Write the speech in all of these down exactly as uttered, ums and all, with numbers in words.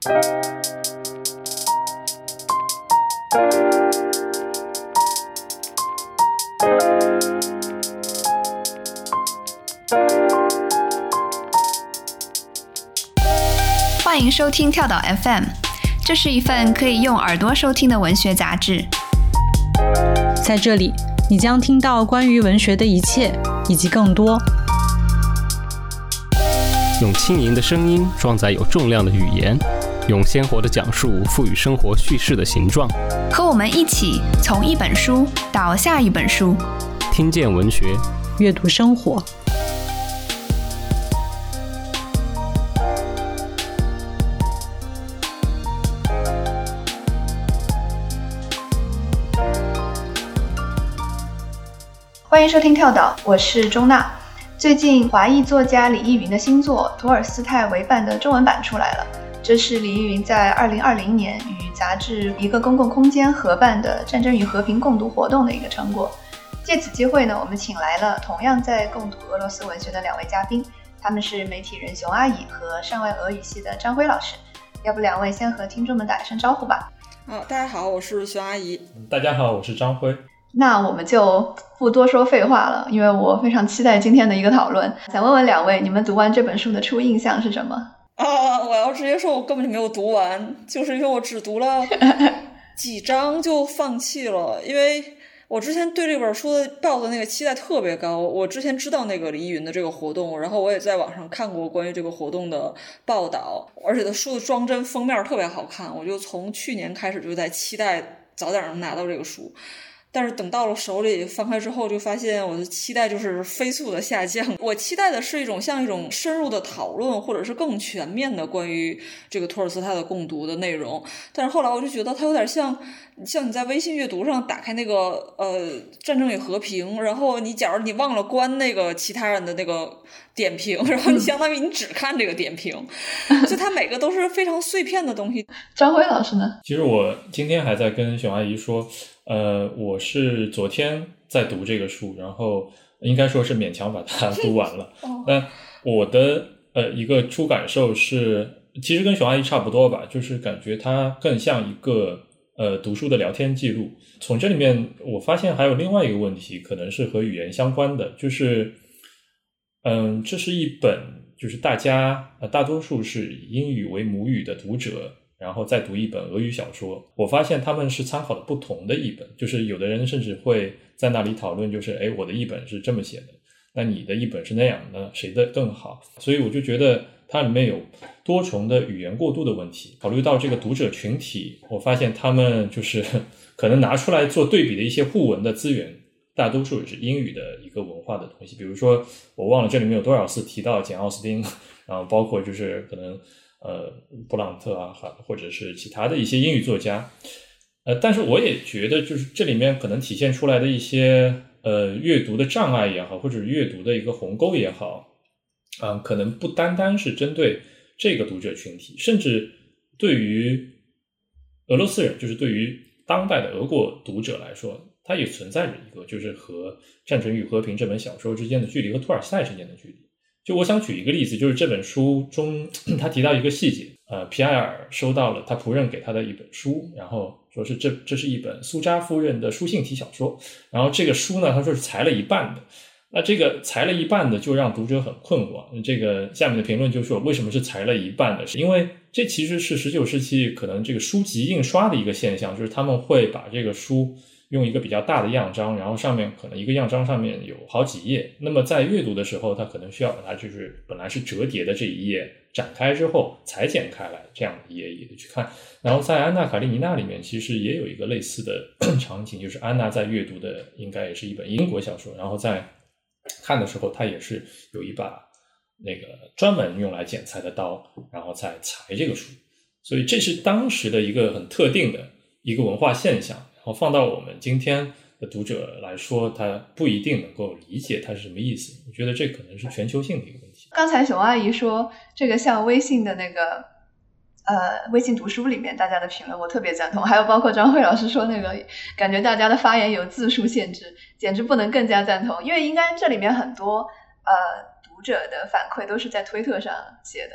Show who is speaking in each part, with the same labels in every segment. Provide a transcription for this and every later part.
Speaker 1: 欢迎收听跳岛 F M， 这是一份可以用耳朵收听的文学杂志。
Speaker 2: 在这里，你将听到关于文学的一切，以及更多。
Speaker 3: 用轻盈的声音装载有重量的语言，用鲜活的讲述赋予生活叙事的形状。
Speaker 1: 和我们一起从一本书到下一本书，
Speaker 3: 听见文学，
Speaker 2: 阅读生活。
Speaker 1: 欢迎收听跳岛，我是钟娜。最近华裔作家李易云的新作《托尔斯泰为伴》的中文版出来了，这是李易云在二零二零年与杂志一个公共空间合办的战争与和平共读活动的一个成果。借此机会呢，我们请来了同样在共读俄罗斯文学的两位嘉宾，他们是媒体人熊阿姨和上外俄语系的张辉老师。要不两位先和听众们打一声招呼吧。
Speaker 4: 啊，大家好，我是熊阿姨。
Speaker 5: 大家好，我是张辉。
Speaker 1: 那我们就不多说废话了，因为我非常期待今天的一个讨论。想问问两位，你们读完这本书的初印象是什么？
Speaker 4: 啊，我要直接说，我根本就没有读完，就是因为我只读了几章就放弃了。因为我之前对这本书的抱的那个期待特别高，我之前知道那个李易云的这个活动，然后我也在网上看过关于这个活动的报道，而且他书的装帧封面特别好看，我就从去年开始就在期待早点能拿到这个书。但是等到了手里翻开之后，就发现我的期待就是飞速的下降。我期待的是一种像一种深入的讨论，或者是更全面的关于这个托尔斯泰的共读的内容。但是后来我就觉得它有点像像你在微信阅读上打开那个呃战争与和平，然后你假如你忘了关那个其他人的那个点评，然后你相当于你只看这个点评，就它每个都是非常碎片的东西。
Speaker 1: 张辉老师呢？
Speaker 5: 其实我今天还在跟熊阿姨说，呃，我是昨天在读这个书，然后应该说是勉强把它读完了。那我的呃一个初感受是，其实跟熊阿姨差不多吧，就是感觉它更像一个呃读书的聊天记录。从这里面我发现还有另外一个问题，可能是和语言相关的，就是嗯，这是一本就是大家呃大多数是以英语为母语的读者，然后再读一本俄语小说。我发现他们是参考的不同的译本，就是有的人甚至会在那里讨论，就是诶，我的译本是这么写的，那你的译本是那样的，谁的更好？所以我就觉得它里面有多重的语言过渡的问题。考虑到这个读者群体，我发现他们就是可能拿出来做对比的一些互文的资源，大多数也是英语的一个文化的东西。比如说我忘了这里面有多少次提到简奥斯汀，然后包括就是可能呃布朗特啊，或者是其他的一些英语作家。呃但是我也觉得就是这里面可能体现出来的一些呃阅读的障碍也好，或者是阅读的一个鸿沟也好，啊、呃、可能不单单是针对这个读者群体，甚至对于俄罗斯人，就是对于当代的俄国读者来说，它也存在着一个就是和《战争与和平》这本小说之间的距离和托尔斯泰之间的距离。就我想举一个例子，就是这本书中他提到一个细节，呃，皮埃尔收到了他仆人给他的一本书，然后说是这这是一本苏扎夫人的书信体小说，然后这个书呢，他说是裁了一半的。那这个裁了一半的就让读者很困惑，这个下面的评论就说为什么是裁了一半的，是因为这其实是十九世纪可能这个书籍印刷的一个现象，就是他们会把这个书用一个比较大的样章，然后上面可能一个样章上面有好几页，那么在阅读的时候他可能需要把它就是本来是折叠的这一页展开之后裁剪开来，这样一页一页的去看。然后在安娜卡列尼娜里面其实也有一个类似的场景，就是安娜在阅读的应该也是一本英国小说，然后在看的时候她也是有一把那个专门用来剪裁的刀，然后再裁这个书。所以这是当时的一个很特定的一个文化现象，然后放到我们今天的读者来说，他不一定能够理解它是什么意思。我觉得这可能是全球性的一个问题。
Speaker 1: 刚才熊阿姨说这个像微信的那个呃微信读书里面大家的评论，我特别赞同。还有包括张慧老师说那个感觉大家的发言有字数限制，简直不能更加赞同。因为应该这里面很多呃读者的反馈都是在推特上写的，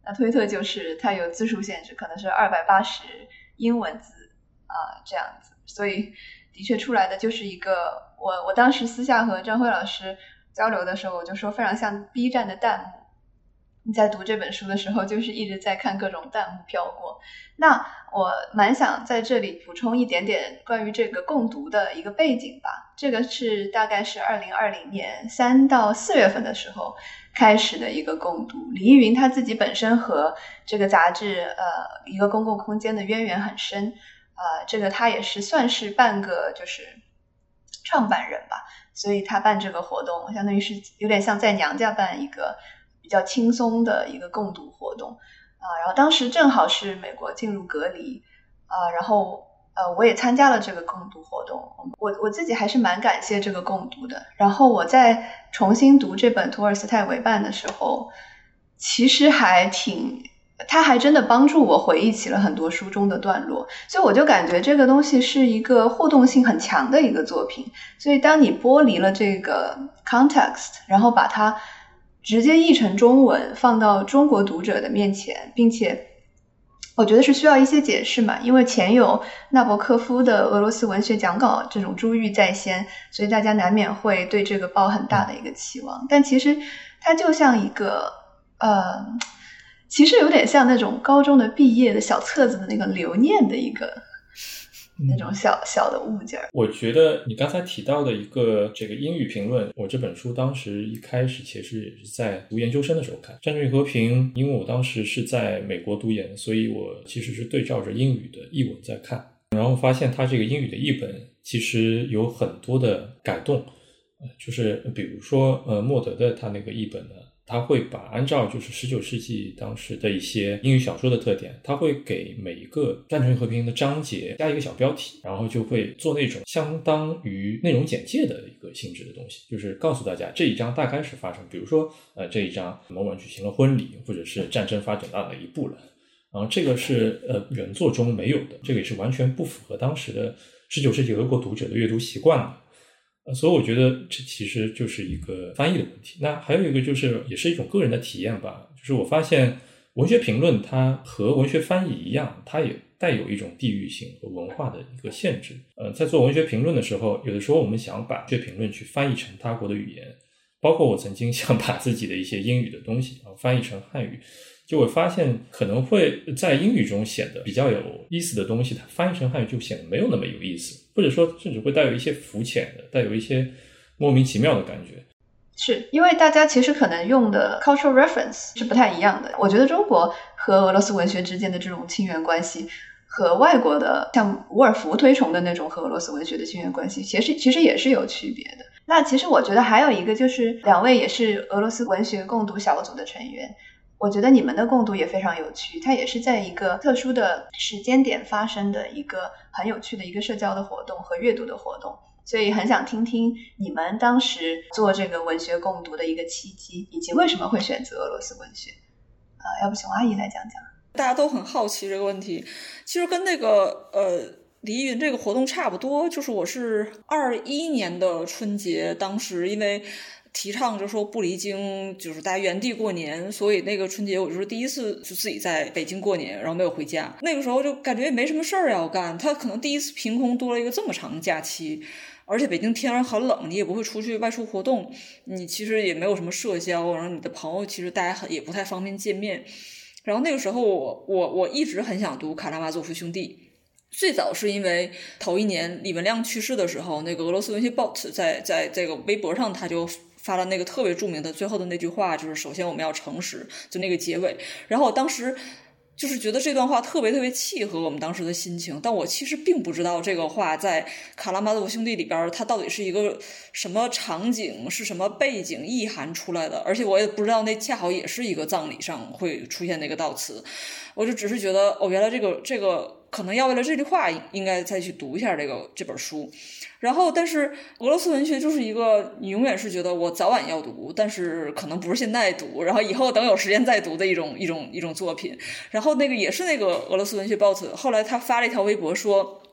Speaker 1: 那推特就是它有字数限制，可能是二百八十英文字啊、呃、这样子，所以的确出来的就是一个我我当时私下和张辉老师交流的时候，我就说非常像 B 站的弹幕。你在读这本书的时候，就是一直在看各种弹幕飘过。那我蛮想在这里补充一点点关于这个共读的一个背景吧。这个是大概是二零二零年三到四月份的时候开始的一个共读。李依云他自己本身和这个杂志呃一个公共空间的渊源很深，呃，这个他也是算是半个就是创办人吧，所以他办这个活动，相当于是有点像在娘家办一个比较轻松的一个共读活动啊、呃。然后当时正好是美国进入隔离啊、呃，然后呃我也参加了这个共读活动，我我自己还是蛮感谢这个共读的。然后我在重新读这本托尔斯泰为伴的时候，其实还挺。他还真的帮助我回忆起了很多书中的段落，所以我就感觉这个东西是一个互动性很强的一个作品。所以当你剥离了这个 context， 然后把它直接译成中文放到中国读者的面前，并且我觉得是需要一些解释嘛，因为前有纳博科夫的俄罗斯文学讲稿这种珠玉在先，所以大家难免会对这个抱很大的一个期望。但其实它就像一个呃其实有点像那种高中的毕业的小册子的那个留念的一个、嗯、那种小小的物件。
Speaker 5: 我觉得你刚才提到的一个这个英语评论，我这本书当时一开始其实也是在读研究生的时候看《战争与和平》，因为我当时是在美国读研，所以我其实是对照着英语的译文在看，然后发现它这个英语的译本其实有很多的改动，就是比如说呃莫德的他那个译本呢，他会把按照就是十九世纪当时的一些英语小说的特点，他会给每一个战争与和平的章节加一个小标题，然后就会做那种相当于内容简介的一个性质的东西，就是告诉大家这一章大概是发生，比如说呃这一章某某人举行了婚礼，或者是战争发展到哪一步了，然后这个是呃原作中没有的，这个也是完全不符合当时的十九世纪俄国读者的阅读习惯的。所以我觉得这其实就是一个翻译的问题。那还有一个就是也是一种个人的体验吧，就是我发现文学评论它和文学翻译一样，它也带有一种地域性和文化的一个限制。呃，在做文学评论的时候，有的时候我们想把文学评论去翻译成他国的语言，包括我曾经想把自己的一些英语的东西然后翻译成汉语，就我发现可能会在英语中显得比较有意思的东西，它翻译成汉语就显得没有那么有意思，或者说甚至会带有一些肤浅的，带有一些莫名其妙的感觉。
Speaker 1: 是因为大家其实可能用的 cultural reference 是不太一样的。我觉得中国和俄罗斯文学之间的这种亲缘关系，和外国的像伍尔夫推崇的那种和俄罗斯文学的亲缘关系，其实其实也是有区别的。那其实我觉得还有一个就是两位也是俄罗斯文学共读小组的成员，我觉得你们的共读也非常有趣，它也是在一个特殊的时间点发生的一个很有趣的一个社交的活动和阅读的活动，所以很想听听你们当时做这个文学共读的一个契机，以及为什么会选择俄罗斯文学。呃，要不熊阿姨来讲讲。
Speaker 4: 大家都很好奇这个问题，其实跟那个呃李依云这个活动差不多，就是我是二一年的春节，当时因为提倡就说不离京，就是大家原地过年，所以那个春节我就是第一次就自己在北京过年，然后没有回家。那个时候就感觉也没什么事儿要干，他可能第一次凭空多了一个这么长的假期，而且北京天很冷，你也不会出去外出活动，你其实也没有什么社交，然后你的朋友其实大家很也不太方便见面。然后那个时候我我我一直很想读卡拉马佐夫兄弟。最早是因为头一年李文亮去世的时候，那个俄罗斯文学 bot 在在这个微博上他就发了那个特别著名的最后的那句话，就是首先我们要诚实，就那个结尾。然后我当时就是觉得这段话特别特别契合我们当时的心情，但我其实并不知道这个话在卡拉马佐夫兄弟里边它到底是一个什么场景，是什么背景意涵出来的，而且我也不知道那恰好也是一个葬礼上会出现那个悼词。我就只是觉得哦，原来这个这个可能要为了这句话应该再去读一下这个这本书。然后但是俄罗斯文学就是一个你永远是觉得我早晚要读，但是可能不是现在读，然后以后等有时间再读的一种一种一种作品。然后那个也是那个俄罗斯文学 bot 后来他发了一条微博说，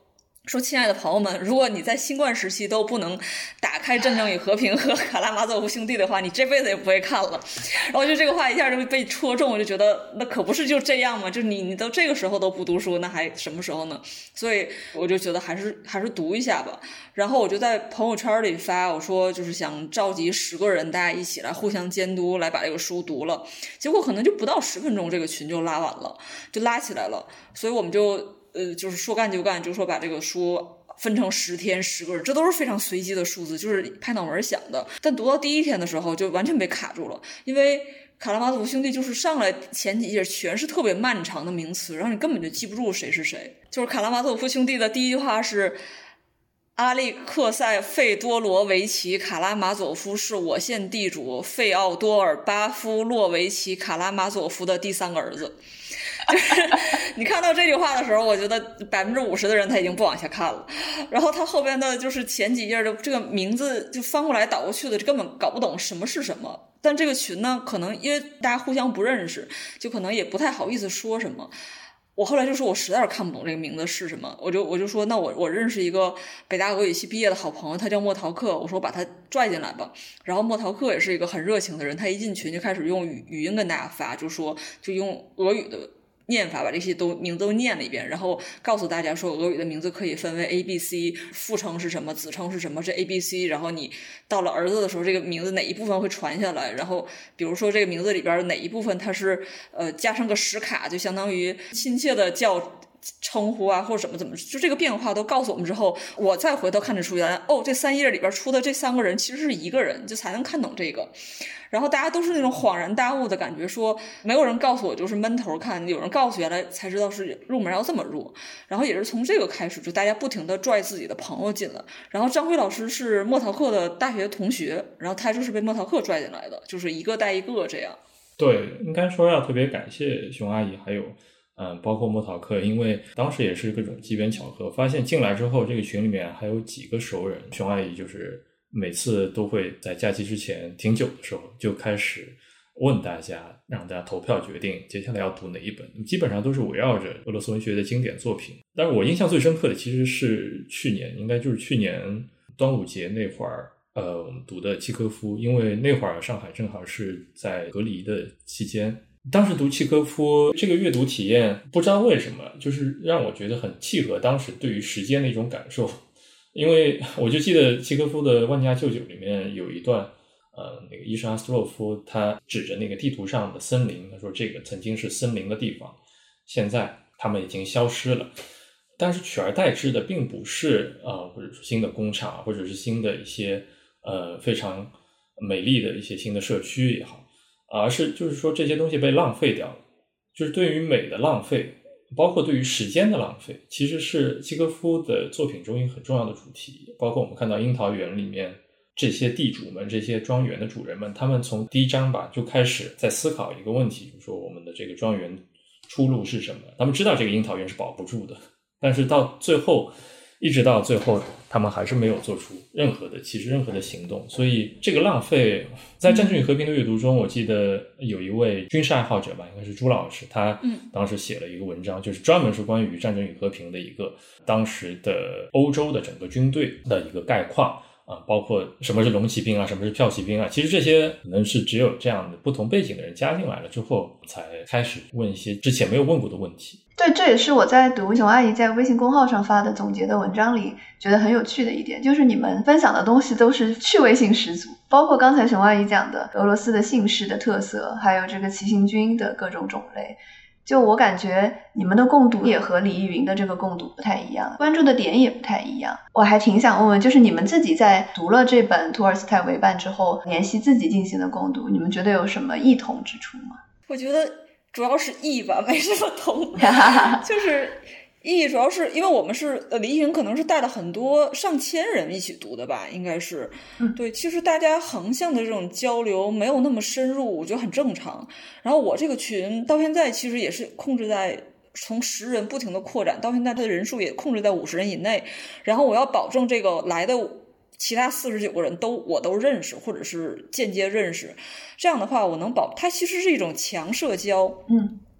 Speaker 4: 说亲爱的朋友们，如果你在新冠时期都不能打开《战争与和平》和《卡拉马佐夫兄弟》的话，你这辈子也不会看了。然后就这个话一下就被戳中，我就觉得那可不是就这样吗？就你你到这个时候都不读书，那还什么时候呢？所以我就觉得还是还是读一下吧。然后我就在朋友圈里发，我说就是想召集十个人，大家一起来互相监督，来把这个书读了。结果可能就不到十分钟，这个群就拉完了，就拉起来了。所以我们就呃，就是说干就干，就说把这个书分成十天十个人，这都是非常随机的数字，就是拍脑门想的。但读到第一天的时候就完全被卡住了，因为卡拉马佐夫兄弟就是上来前几页全是特别漫长的名词，然后你根本就记不住谁是谁。就是卡拉马佐夫兄弟的第一句话是阿历克塞·费多罗维奇·卡拉马佐夫是我县地主费奥多尔·巴夫洛维奇·卡拉马佐夫的第三个儿子。就是你看到这句话的时候，我觉得百分之五十的人他已经不往下看了。然后他后边的就是前几页的这个名字就翻过来倒过去的，根本搞不懂什么是什么。但这个群呢，可能因为大家互相不认识，就可能也不太好意思说什么。我后来就说我实在是看不懂这个名字是什么，我就我就说那我我认识一个北大俄语系毕业的好朋友，他叫莫陶克，我说把他拽进来吧。然后莫陶克也是一个很热情的人，他一进群就开始用语语音跟大家发，就说就用俄语的念法把这些都名字都念了一遍，然后告诉大家说俄语的名字可以分为 A B C， 父称是什么，子称是什么，是 A B C， 然后你到了儿子的时候这个名字哪一部分会传下来，然后比如说这个名字里边哪一部分它是呃加上个史卡，就相当于亲切的叫称呼啊或者怎么怎么，就这个变化都告诉我们之后，我再回头看着书原来哦这三页里边出的这三个人其实是一个人，就才能看懂这个。然后大家都是那种恍然大悟的感觉，说没有人告诉我就是闷头看，有人告诉原来才知道是入门要这么入。然后也是从这个开始，就大家不停的拽自己的朋友进来。然后张辉老师是莫陶克的大学同学，然后他就是被莫陶克拽进来的，就是一个带一个这样。
Speaker 5: 对，应该说要特别感谢熊阿姨还有嗯，包括莫陶克，因为当时也是各种机缘巧合，发现进来之后这个群里面还有几个熟人，熊阿姨就是每次都会在假期之前挺久的时候就开始问大家，让大家投票决定接下来要读哪一本，基本上都是围绕着俄罗斯文学的经典作品。但是我印象最深刻的其实是去年，应该就是去年端午节那会儿，呃，我们读的契科夫，因为那会儿上海正好是在隔离的期间。当时读契科夫这个阅读体验，不知道为什么就是让我觉得很契合当时对于时间的一种感受。因为我就记得契科夫的《万家舅舅》里面有一段，呃，那个伊什阿斯洛夫他指着那个地图上的森林，他说这个曾经是森林的地方，现在他们已经消失了。但是取而代之的并不是呃，或者是新的工厂，或者是新的一些呃非常美丽的一些新的社区也好，而是就是说这些东西被浪费掉了。就是对于美的浪费，包括对于时间的浪费，其实是契科夫的作品中一个很重要的主题。包括我们看到樱桃园里面这些地主们，这些庄园的主人们，他们从第一章吧就开始在思考一个问题，就是说我们的这个庄园出路是什么。他们知道这个樱桃园是保不住的，但是到最后一直到最后他们还是没有做出任何的其实任何的行动。所以这个浪费在《战争与和平》的阅读中，我记得有一位军事爱好者吧，应该是朱老师，他当时写了一个文章，就是专门是关于《战争与和平》的一个当时的欧洲的整个军队的一个概况啊，包括什么是龙骑兵啊，什么是骠骑兵啊，其实这些可能是只有这样的不同背景的人加进来了之后，才开始问一些之前没有问过的问题。
Speaker 1: 对，这也是我在读熊阿姨在微信公号上发的总结的文章里觉得很有趣的一点，就是你们分享的东西都是趣味性十足，包括刚才熊阿姨讲的俄罗斯的姓氏的特色，还有这个骑行军的各种种类。就我感觉你们的共读也和李易云的这个共读不太一样，关注的点也不太一样。我还挺想问问，就是你们自己在读了这本托尔斯泰为伴之后，联系自己进行的共读，你们觉得有什么异同之处吗？
Speaker 4: 我觉得主要是异吧，没什么同。就是异主要是因为我们是呃李易云可能是带了很多上千人一起读的吧，应该是、嗯、对，其实大家横向的这种交流没有那么深入，我觉得很正常。然后我这个群到现在其实也是控制在从十人不停的扩展，到现在它的人数也控制在五十人以内，然后我要保证这个来的其他四十九个人都我都认识或者是间接认识，这样的话我能保它其实是一种强社交。
Speaker 1: 嗯，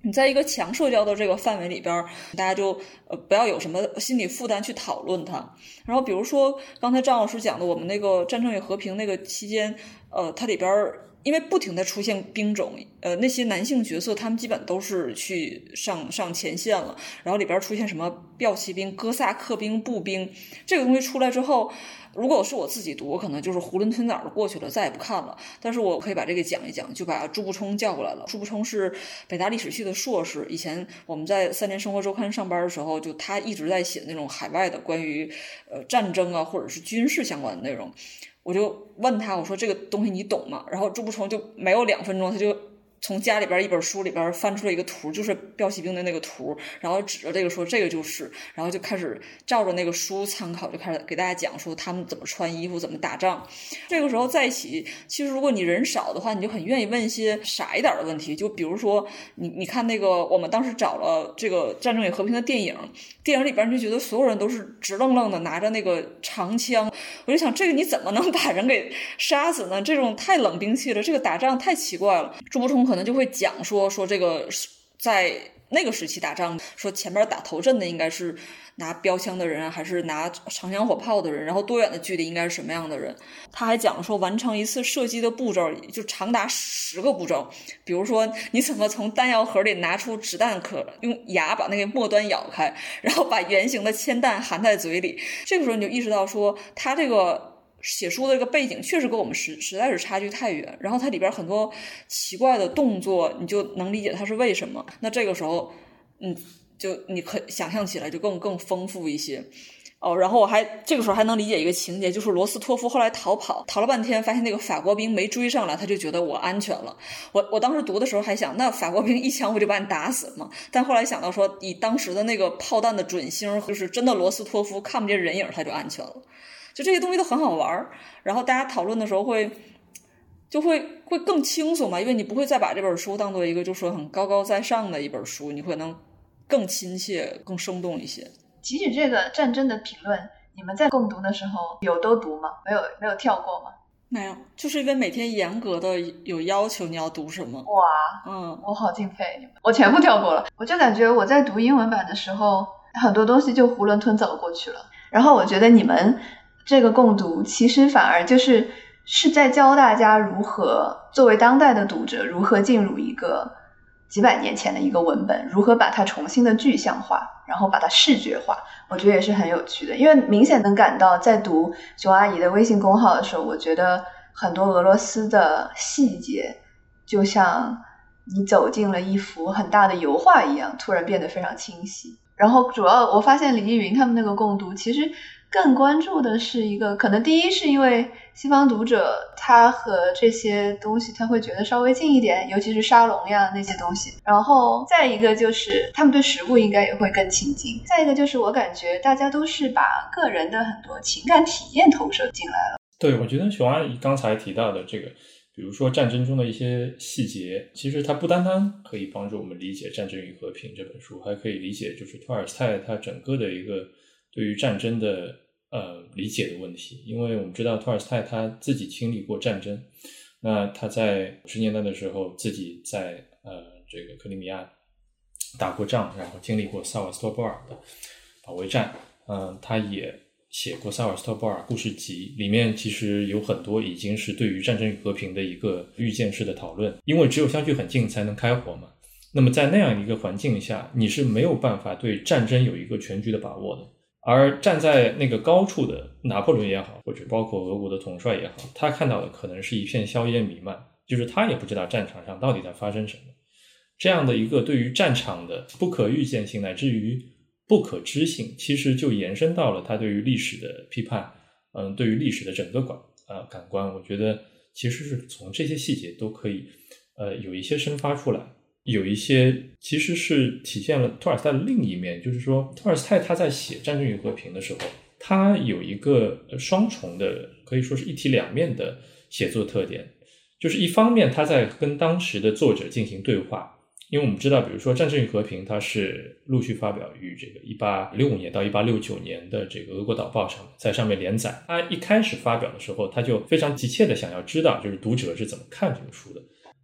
Speaker 4: 你在一个强社交的这个范围里边，大家就呃不要有什么心理负担去讨论它。然后比如说刚才张老师讲的，我们那个战争与和平那个期间，呃，它里边因为不停的出现兵种，呃，那些男性角色他们基本都是去上上前线了，然后里边出现什么骠骑兵、哥萨克兵、步兵，这个东西出来之后，如果是我自己读，我可能就是囫囵吞枣的过去了，再也不看了。但是我可以把这个讲一讲，就把朱步冲叫过来了。朱步冲是北大历史系的硕士，以前我们在三联生活周刊上班的时候，就他一直在写那种海外的关于呃战争啊或者是军事相关的内容。我就问他，我说这个东西你懂吗？然后朱步冲就没有两分钟，他就从家里边一本书里边翻出了一个图，就是骠骑兵的那个图，然后指着这个说这个就是，然后就开始照着那个书参考，就开始给大家讲说他们怎么穿衣服，怎么打仗。这个时候在一起，其实如果你人少的话，你就很愿意问一些傻一点的问题，就比如说你你看那个我们当时找了这个《战争与和平》的电影，电影里边就觉得所有人都是直愣愣的拿着那个长枪，我就想这个你怎么能把人给杀死呢？这种太冷兵器了，这个打仗太奇怪了。朱步冲可能就会讲说说这个在那个时期打仗，说前面打头阵的应该是拿标枪的人啊，还是拿长枪火炮的人，然后多远的距离应该是什么样的人。他还讲说完成一次射击的步骤就长达十个步骤，比如说你怎么从弹药盒里拿出子弹壳，用牙把那个末端咬开，然后把圆形的铅弹含在嘴里。这个时候你就意识到说他这个写书的这个背景确实跟我们实实在是差距太远，然后它里边很多奇怪的动作你就能理解它是为什么。那这个时候嗯，就你可想象起来就更更丰富一些哦。然后我还这个时候还能理解一个情节，就是罗斯托夫后来逃跑逃了半天，发现那个法国兵没追上来，他就觉得我安全了。我我当时读的时候还想，那法国兵一枪不就把你打死吗？但后来想到说以当时的那个炮弹的准星，就是真的罗斯托夫看不见人影他就安全了。就这些东西都很好玩，然后大家讨论的时候会就会会更轻松嘛，因为你不会再把这本书当做一个就说很高高在上的一本书，你会能更亲切更生动一些。
Speaker 1: 其实这个战争的评论你们在共读的时候有都读吗？没有没有跳过吗？
Speaker 4: 没有，就是因为每天严格的有要求你要读什么。
Speaker 1: 哇，嗯，我好敬佩你们，我全部跳过了。我就感觉我在读英文版的时候很多东西就囫囵吞枣过去了，然后我觉得你们这个共读其实反而就是是在教大家如何作为当代的读者如何进入一个几百年前的一个文本，如何把它重新的具象化，然后把它视觉化。我觉得也是很有趣的，因为明显能感到在读熊阿姨的微信公号的时候，我觉得很多俄罗斯的细节就像你走进了一幅很大的油画一样，突然变得非常清晰。然后主要我发现李依云他们那个共读其实更关注的是一个，可能第一是因为西方读者他和这些东西他会觉得稍微近一点，尤其是沙龙呀那些东西，然后再一个就是他们对食物应该也会更亲近，再一个就是我感觉大家都是把个人的很多情感体验投射进来了。
Speaker 5: 对，我觉得熊阿姨刚才提到的这个比如说战争中的一些细节，其实它不单单可以帮助我们理解《战争与和平》这本书，还可以理解就是托尔斯泰他整个的一个对于战争的呃理解的问题。因为我们知道托尔斯泰他自己经历过战争，那他在五十年代的时候自己在呃这个克里米亚打过仗，然后经历过萨瓦斯托波尔的保卫战，嗯、呃，他也写过萨瓦斯托波尔故事集，里面其实有很多已经是对于战争与和平的一个预见式的讨论，因为只有相距很近才能开火嘛。那么在那样一个环境下，你是没有办法对战争有一个全局的把握的。而站在那个高处的拿破仑也好，或者包括俄国的统帅也好，他看到的可能是一片硝烟弥漫，就是他也不知道战场上到底在发生什么。这样的一个对于战场的不可预见性乃至于不可知性，其实就延伸到了他对于历史的批判，嗯，对于历史的整个感呃感官，我觉得其实是从这些细节都可以呃有一些生发出来，有一些其实是体现了托尔斯泰的另一面，就是说托尔斯泰他在写《战争与和平》的时候，他有一个双重的，可以说是一体两面的写作特点，就是一方面他在跟当时的作者进行对话。因为我们知道比如说《战争与和平》它是陆续发表于这个一八六五年到一八六九年的这个俄国导报上，在上面连载。他一开始发表的时候，他就非常急切的想要知道就是读者是怎么看这个书的。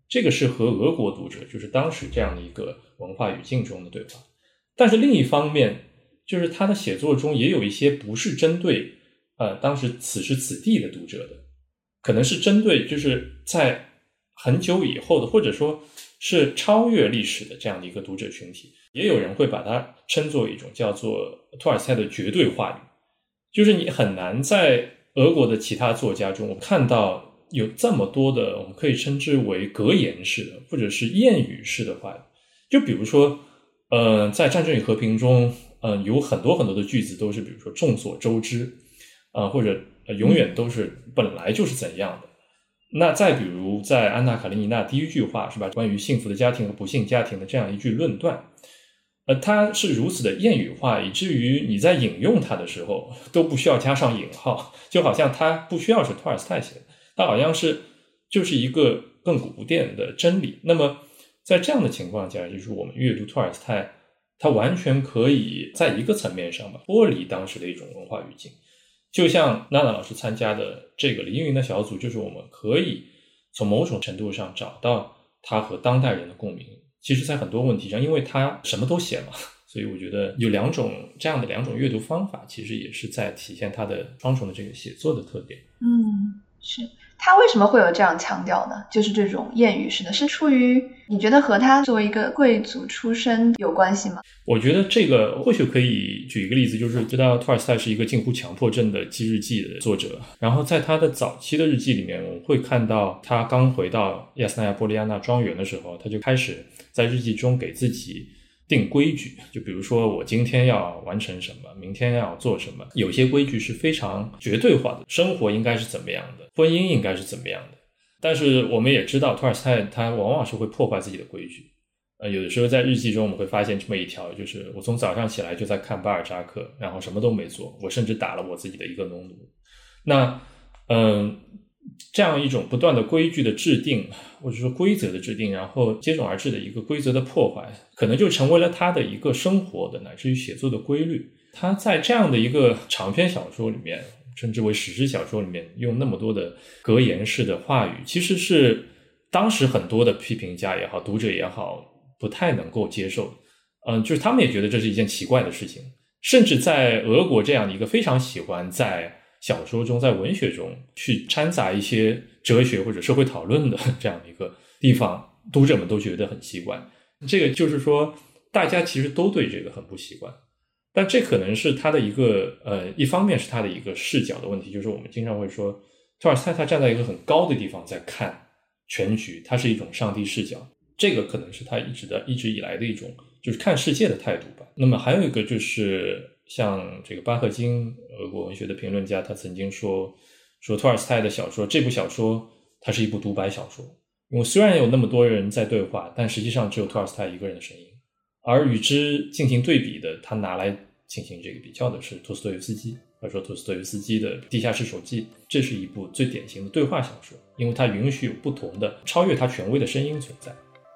Speaker 5: 这个是和俄国读者就是当时这样的一个文化语境中的对话。但是另一方面，就是他的写作中也有一些不是针对呃当时此时此地的读者的，可能是针对就是在很久以后的，或者说是超越历史的这样的一个读者群体。也有人会把它称作一种叫做托尔斯泰的绝对话语，就是你很难在俄国的其他作家中看到有这么多的我们可以称之为格言式的或者是谚语式的话语。就比如说呃，在《战争与和平》中呃，有很多很多的句子都是比如说众所周知呃，或者、呃、永远都是本来就是怎样的。那再比如在《安娜·卡列尼娜》第一句话是吧，关于幸福的家庭和不幸家庭的这样一句论断，呃，它是如此的谚语化，以至于你在引用它的时候都不需要加上引号，就好像它不需要是托尔斯泰写的，它好像是就是一个亘古不变的真理。那么在这样的情况下，就是我们阅读托尔斯泰，它完全可以在一个层面上吧剥离当时的一种文化语境。就像娜娜老师参加的这个李应云的小组，就是我们可以从某种程度上找到他和当代人的共鸣。其实在很多问题上，因为他什么都写嘛，所以我觉得有两种这样的两种阅读方法，其实也是在体现他的双重的这个写作的特点。
Speaker 1: 嗯，是。他为什么会有这样强调呢？就是这种谚语式的，是出于你觉得和他作为一个贵族出身有关系吗？
Speaker 5: 我觉得这个或许可以举一个例子，就是知道托尔斯泰是一个近乎强迫症的记日记的作者，然后在他的早期的日记里面，我们会看到他刚回到亚斯纳亚波利亚纳庄园的时候，他就开始在日记中给自己定规矩，就比如说我今天要完成什么，明天要做什么，有些规矩是非常绝对化的，生活应该是怎么样的，婚姻应该是怎么样的。但是我们也知道托尔斯泰他往往是会破坏自己的规矩，呃，有的时候在日记中我们会发现这么一条，就是我从早上起来就在看巴尔扎克，然后什么都没做，我甚至打了我自己的一个农奴。那嗯、呃，这样一种不断的规矩的制定，或者说规则的制定，然后接踵而至的一个规则的破坏，可能就成为了他的一个生活的乃至于写作的规律。他在这样的一个长篇小说里面，称之为史诗小说里面，用那么多的格言式的话语，其实是当时很多的批评家也好，读者也好，不太能够接受的。嗯，就是他们也觉得这是一件奇怪的事情，甚至在俄国这样的一个非常喜欢在小说中在文学中去掺杂一些哲学或者社会讨论的这样的一个地方，读者们都觉得很习惯。这个就是说大家其实都对这个很不习惯，但这可能是他的一个呃，一方面是他的一个视角的问题，就是我们经常会说托尔斯泰他站在一个很高的地方在看全局，他是一种上帝视角，这个可能是他一直的一直以来的一种就是看世界的态度吧。那么还有一个就是像这个巴赫金，俄国文学的评论家，他曾经说说托尔斯泰的小说，这部小说它是一部独白小说，因为虽然有那么多人在对话，但实际上只有托尔斯泰一个人的声音。而与之进行对比的，他拿来进行这个比较的是托斯托耶夫斯基，或者说托斯托耶夫斯基的《地下室手记》，这是一部最典型的对话小说，因为它允许有不同的超越它权威的声音存在。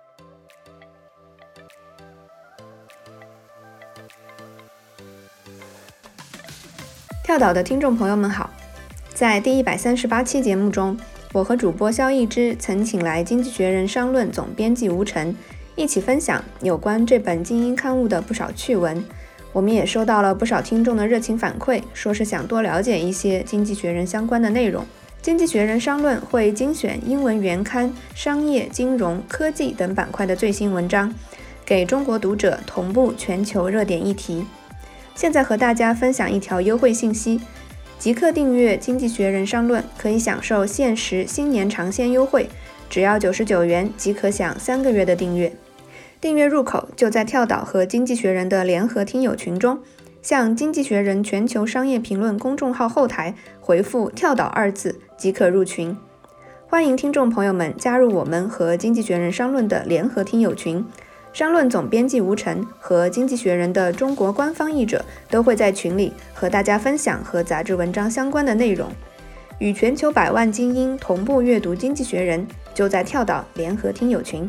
Speaker 6: 跳岛的听众朋友们好，在第一百三十八期节目中，我和主播肖一之曾请来《经济学人》商论总编辑吴晨，一起分享有关这本精英刊物的不少趣闻。我们也收到了不少听众的热情反馈，说是想多了解一些《经济学人》相关的内容。《经济学人》商论会精选英文原刊、商业、金融、科技等板块的最新文章，给中国读者同步全球热点议题。现在和大家分享一条优惠信息，即刻订阅《经济学人》商论，可以享受限时新年尝鲜优惠，只要九十九元即可享三个月的订阅。订阅入口就在跳岛和经济学人的联合听友群中，向经济学人全球商业评论公众号后台回复跳岛二字即可入群。欢迎听众朋友们加入我们和经济学人商论的联合听友群，商论总编辑吴晨和经济学人的中国官方译者都会在群里和大家分享和杂志文章相关的内容，与全球百万精英同步阅读经济学人，就在跳岛联合听友群。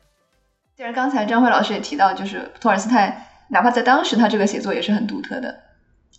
Speaker 1: 既然刚才张辉老师也提到，就是托尔斯泰哪怕在当时他这个写作也是很独特的，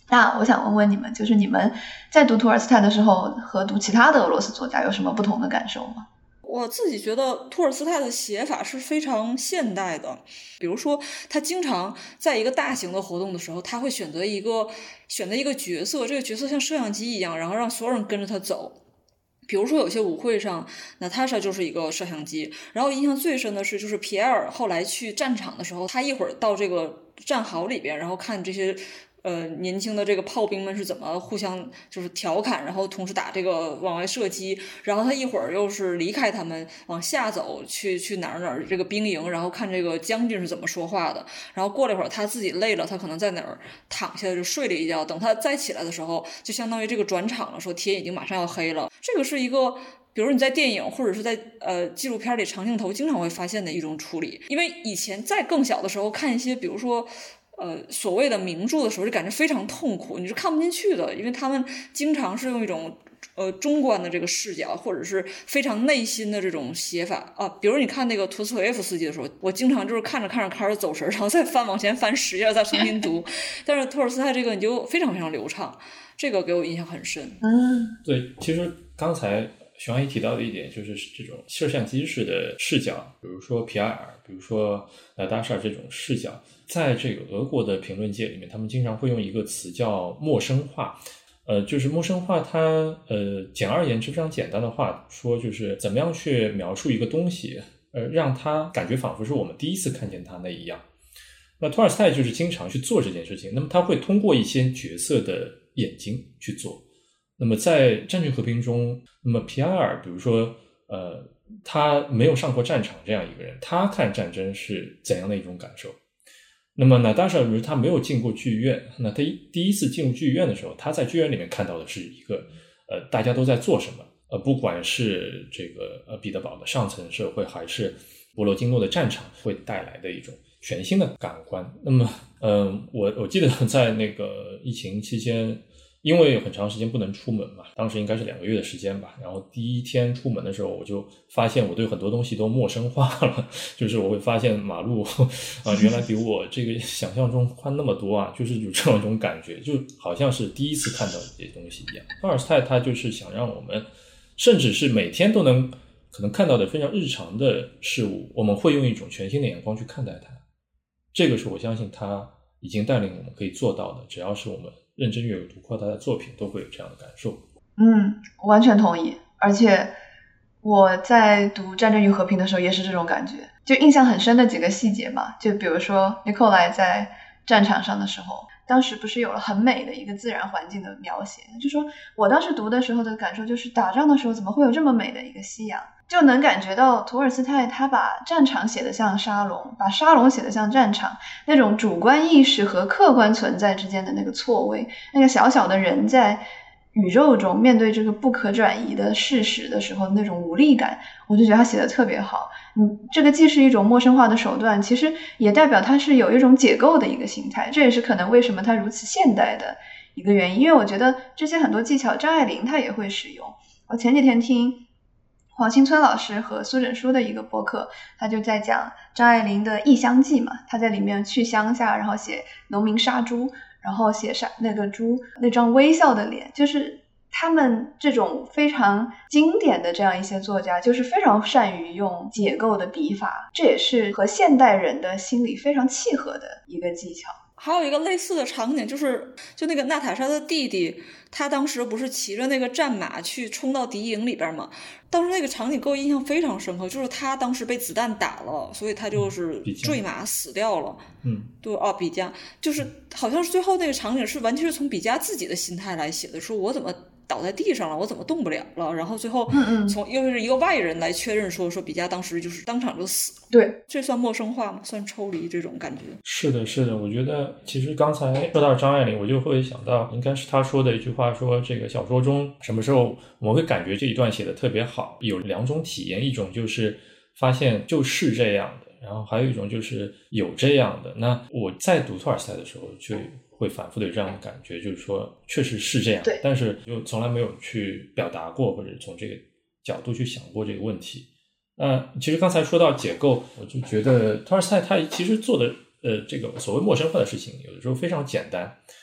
Speaker 1: 那我想问问你们，就是你们在读托尔斯泰的时候和读其他的俄罗斯作家有什么不同的感受吗？
Speaker 4: 我自己觉得托尔斯泰的写法是非常现代的，比如说他经常在一个大型的活动的时候，他会选择一个选择一个角色，这个角色像摄像机一样，然后让所有人跟着他走。比如说有些舞会上，娜塔莎就是一个摄像机。然后印象最深的是，就是皮埃尔后来去战场的时候，他一会儿到这个战壕里边，然后看这些呃，年轻的这个炮兵们是怎么互相就是调侃，然后同时打这个往外射击，然后他一会儿又是离开他们往下走去去哪儿哪儿这个兵营，然后看这个将军是怎么说话的，然后过了一会儿他自己累了，他可能在哪儿躺下就睡了一觉，等他再起来的时候，就相当于这个转场了，说天已经马上要黑了。这个是一个比如你在电影或者是在呃纪录片里长镜头经常会发现的一种处理，因为以前在更小的时候看一些比如说呃，所谓的名著的时候，就感觉非常痛苦，你是看不进去的，因为他们经常是用一种呃中观的这个视角，或者是非常内心的这种写法啊。比如你看那个陀思妥耶夫斯基的时候，我经常就是看着看着开始走神，然后再翻往前翻十页，再重新读。但是托尔斯泰这个你就非常非常流畅，这个给我印象很深。
Speaker 1: 嗯，
Speaker 5: 对，其实刚才熊阿姨提到的一点就是这种摄像机式的视角，比如说皮埃尔，比如说娜塔莎这种视角，在这个俄国的评论界里面，他们经常会用一个词叫陌生化。呃，就是陌生化它呃，简而言之非常简单的话说，就是怎么样去描述一个东西，呃，让它感觉仿佛是我们第一次看见它那一样。那托尔斯泰就是经常去做这件事情，那么他会通过一些角色的眼睛去做。那么在战争和平中，那么皮埃尔比如说呃，他没有上过战场这样一个人，他看战争是怎样的一种感受。那么娜塔莎比如他没有进过剧院，那他第一次进入剧院的时候，他在剧院里面看到的是一个呃大家都在做什么，呃不管是这个呃彼得堡的上层社会，还是博罗金诺的战场，会带来的一种全新的感官。那么呃我我记得在那个疫情期间，因为有很长时间不能出门嘛，当时应该是两个月的时间吧，然后第一天出门的时候，我就发现我对很多东西都陌生化了，就是我会发现马路啊，原来比我这个想象中宽那么多啊，就是有这样一种感觉，就好像是第一次看到这些东西一样。托尔斯泰他就是想让我们，甚至是每天都能可能看到的非常日常的事物，我们会用一种全新的眼光去看待它。这个是我相信他已经带领我们可以做到的，只要是我们认真阅读过他的作品，都会有这样的感受。
Speaker 1: 嗯，完全同意。而且我在读《战争与和平》的时候也是这种感觉，就印象很深的几个细节嘛，就比如说尼寇莱在战场上的时候，当时不是有了很美的一个自然环境的描写，就说我当时读的时候的感受就是打仗的时候怎么会有这么美的一个夕阳，就能感觉到托尔斯泰他把战场写得像沙龙，把沙龙写得像战场，那种主观意识和客观存在之间的那个错位，那个小小的人在宇宙中面对这个不可转移的事实的时候那种无力感，我就觉得他写得特别好。嗯，这个既是一种陌生化的手段，其实也代表他是有一种解构的一个心态，这也是可能为什么他如此现代的一个原因。因为我觉得这些很多技巧张爱玲她也会使用。我前几天听黄青村老师和苏枕书的一个播客，他就在讲张爱玲的《异乡记》嘛，他在里面去乡下，然后写农民杀猪，然后写杀那个猪那张微笑的脸，就是他们这种非常经典的这样一些作家，就是非常善于用解构的笔法，这也是和现代人的心理非常契合的一个技巧。
Speaker 4: 还有一个类似的场景，就是就那个娜塔莎的弟弟，他当时不是骑着那个战马去冲到敌营里边吗？当时那个场景给我印象非常深刻，就是他当时被子弹打了，所以他就是坠马死掉了。
Speaker 5: 嗯，
Speaker 4: 对哦，比加就是好像是最后那个场景是完全是从比加自己的心态来写的，说我怎么倒在地上了，我怎么动不了了，然后最后从又是一个外人来确认说说比加当时就是当场就死了。
Speaker 1: 对，
Speaker 4: 这算陌生化吗？算抽离这种感觉？
Speaker 5: 是的，是的。我觉得其实刚才说到张爱玲，我就会想到应该是她说的一句话，说这个小说中什么时候我们会感觉这一段写得特别好，有两种体验，一种就是发现就是这样的，然后还有一种就是有这样的。那我在读托尔斯泰的时候就会反复的有这样的感觉，就是说确实是这样，但是又从来没有去表达过，或者从这个角度去想过这个问题。那其实刚才说到解构，我就觉得托尔斯泰他其实做的呃这个所谓陌生化的事情，有的时候非常简单。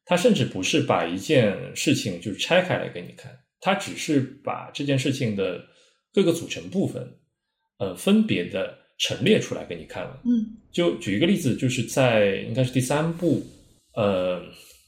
Speaker 5: 他甚至不是把一件事情就拆开来给你看，他只是把这件事情的各个组成部分呃，分别的陈列出来给你看了。
Speaker 1: 嗯，
Speaker 5: 就举一个例子，就是在应该是第三部呃，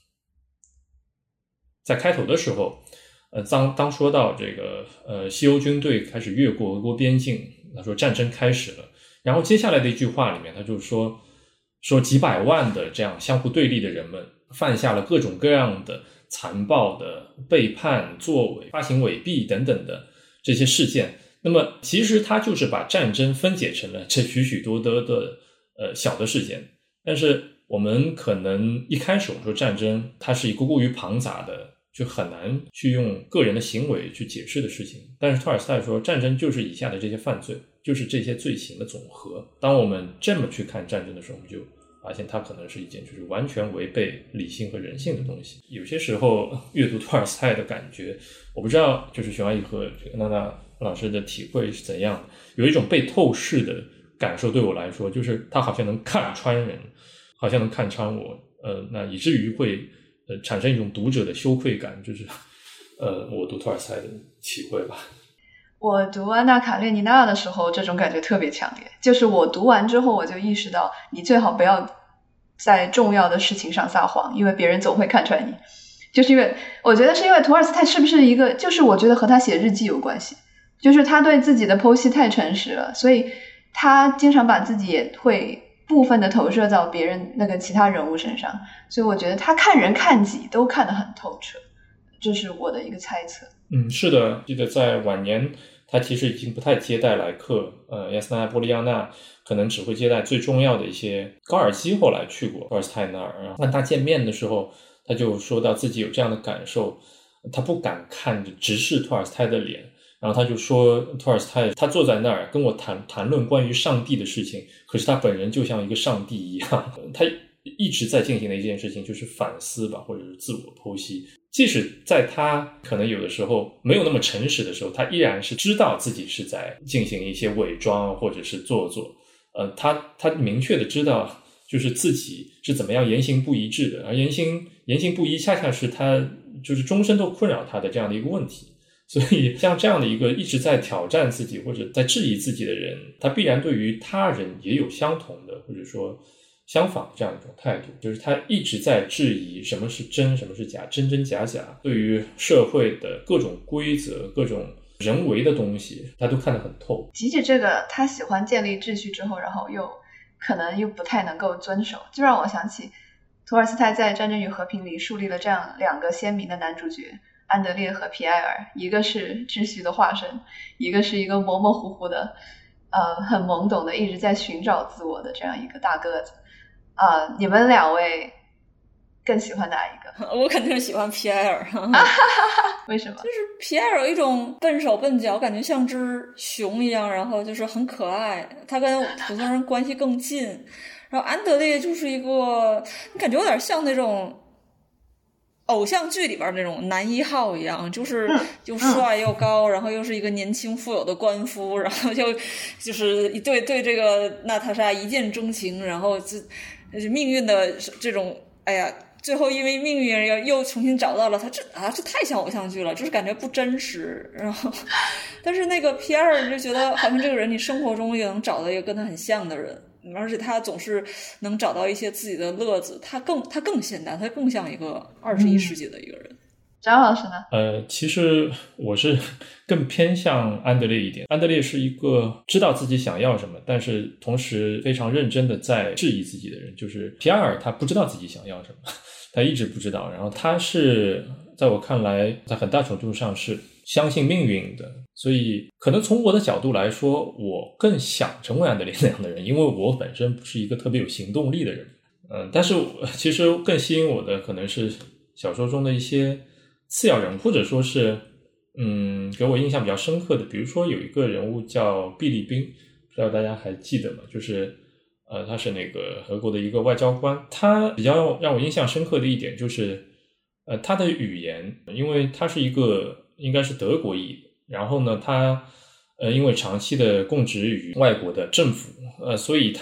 Speaker 5: 在开头的时候呃，当当说到这个呃，西欧军队开始越过俄国边境，他说战争开始了，然后接下来的一句话里面他就说说几百万的这样相互对立的人们犯下了各种各样的残暴的背叛作为，发行伪币等等的这些事件。那么其实他就是把战争分解成了这许许多多的呃小的事件，但是我们可能一开始我们说战争它是一个过于庞杂的，就很难去用个人的行为去解释的事情，但是托尔斯泰说战争就是以下的这些犯罪，就是这些罪行的总和。当我们这么去看战争的时候，我们就发现它可能是一件就是完全违背理性和人性的东西。有些时候阅读托尔斯泰的感觉，我不知道就是熊阿姨和这个娜娜老师的体会是怎样的，有一种被透视的感受。对我来说，就是他好像能看穿人，好像能看穿我，呃，那以至于会呃产生一种读者的羞愧感，就是呃我读托尔斯泰的体会吧。
Speaker 1: 我读安娜卡列尼娜的时候，这种感觉特别强烈，就是我读完之后我就意识到，你最好不要在重要的事情上撒谎，因为别人总会看穿你。就是因为我觉得是因为托尔斯泰是不是一个，就是我觉得和他写日记有关系，就是他对自己的剖析太诚实了，所以他经常把自己也会部分的投射到别人那个其他人物身上，所以我觉得他看人看己都看得很透彻，这是我的一个猜测。
Speaker 5: 嗯，是的，记得在晚年他其实已经不太接待来客，呃，亚斯纳波利亚纳可能只会接待最重要的一些。高尔基后来去过托尔斯泰那儿，跟他见面的时候他就说到自己有这样的感受，他不敢看着直视托尔斯泰的脸，然后他就说托尔斯泰他坐在那儿跟我谈谈论关于上帝的事情，可是他本人就像一个上帝一样，他一直在进行的一件事情就是反思吧，或者是自我剖析。即使在他可能有的时候没有那么诚实的时候，他依然是知道自己是在进行一些伪装或者是做作，呃，他他明确的知道就是自己是怎么样言行不一致的，而言行言行不一恰恰是他就是终身都困扰他的这样的一个问题。所以像这样的一个一直在挑战自己或者在质疑自己的人，他必然对于他人也有相同的或者说相反这样一种态度，就是他一直在质疑什么是真什么是假，真真假假，对于社会的各种规则各种人为的东西他都看得很透。
Speaker 1: 即使这个他喜欢建立秩序之后，然后又可能又不太能够遵守，就让我想起托尔斯泰在《战争与和平》里树立了这样两个鲜明的男主角，安德烈和皮埃尔，一个是秩序的化身，一个是一个模模糊糊的呃，很懵懂的一直在寻找自我的这样一个大个子。呃，你们两位更喜欢哪一个？
Speaker 4: 我肯定是喜欢皮埃尔。
Speaker 1: 为什么？
Speaker 4: 就是皮埃尔有一种笨手笨脚，感觉像只熊一样，然后就是很可爱，他跟普通人关系更近。然后安德烈就是一个你感觉有点像那种偶像剧里边那种男一号一样，就是又帅又高、嗯、然后又是一个年轻富有的官夫，然后就就是对对这个娜塔莎一见钟情，然后就命运的这种哎呀，最后因为命运又又重新找到了他，这啊这太像偶像剧了，就是感觉不真实。然后但是那个皮埃尔就觉得好像这个人你生活中也能找到一个跟他很像的人，而且他总是能找到一些自己的乐子，他更他更现代，他更像一个二十一世纪的一个人。
Speaker 1: 张老师呢？
Speaker 5: 呃，其实我是更偏向安德烈一点。安德烈是一个知道自己想要什么，但是同时非常认真的在质疑自己的人。就是皮埃尔他不知道自己想要什么，他一直不知道。然后他是在我看来，在很大程度上是相信命运的。所以可能从我的角度来说，我更想成为安德烈那样的人，因为我本身不是一个特别有行动力的人。嗯，但是其实更吸引我的可能是小说中的一些次要人物，或者说是嗯，给我印象比较深刻的，比如说有一个人物叫毕利宾，不知道大家还记得吗？就是呃，他是那个俄国的一个外交官。他比较让我印象深刻的一点就是呃，他的语言，因为他是一个应该是德国裔，然后呢他呃，因为长期的供职于外国的政府，呃，所以他